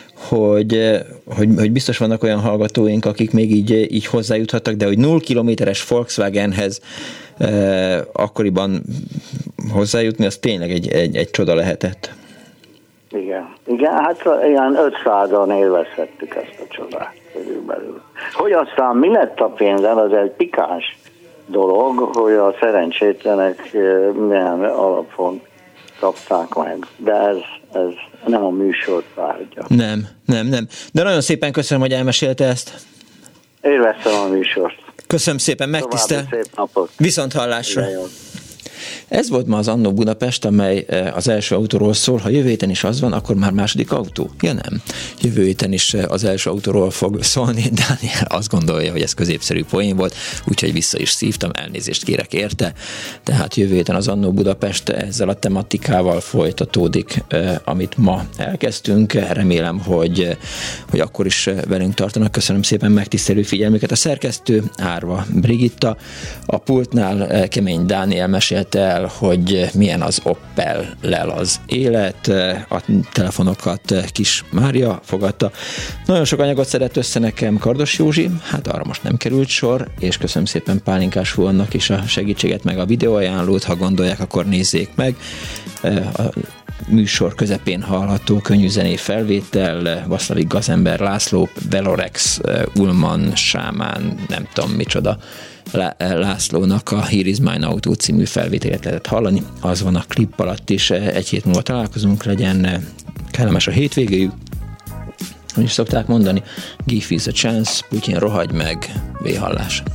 hogy biztos vannak olyan hallgatóink, akik még így hozzájuthattak, de hogy 0 kilométeres Volkswagenhez akkoriban hozzájutni, az tényleg egy csoda lehetett. Igen, hát ilyen 500-an élvezhettük ezt a csodát körülbelül. Hogy aztán mi lett a pénzzel, az egy pikáns dolog, hogy a szerencsétlenek milyen alapon kapták meg, de ez nem a műsor tárgya. Nem. De nagyon szépen köszönöm, hogy elmesélte ezt. Élveztem a műsort. Köszönöm szépen, megtisztel. Szép napot. Viszont hallásra. Ez volt ma az Annó Budapest, amely az első autóról szól. Ha jövő héten is az van, akkor már második autó? Ja nem. Jövő héten is az első autóról fog szólni. Dániel azt gondolja, hogy ez középszerű poén volt, úgyhogy vissza is szívtam, elnézést kérek érte. Tehát jövő héten az Annó Budapest ezzel a tematikával folytatódik, amit ma elkezdtünk. Remélem, hogy akkor is velünk tartanak. Köszönöm szépen megtisztelő figyelmüket. A szerkesztő Árva Brigitta, a pultnál Kemény Dániel mesélte el, hogy milyen az Opel-lel az élet, a telefonokat Kis Mária fogadta. Nagyon sok anyagot szedett össze nekem Kardos Józsi, hát arra most nem került sor, és köszönöm szépen Pálinkás Fúannak is a segítséget, meg a videóajánlót, ha gondolják, akkor nézzék meg. A műsor közepén hallható könnyű zené felvétel, Vasszavik Gazember László, Belorex, Ulman, Sámán, nem tudom micsoda, Lászlónak a Here is Mine Auto című felvételet lehetett hallani. Az van a klip alatt is. Egy hét múlva találkozunk, legyen kellemes a hétvégéjük. Hogy is szokták mondani, give is a chance, Putyin rohagy meg, véhallás.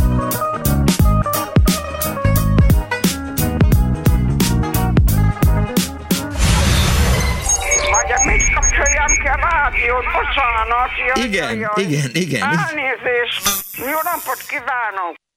Mit kapcsoljam ki a rádiót? Bocsánat. Igen. Elnézést. Jó napot kívánok.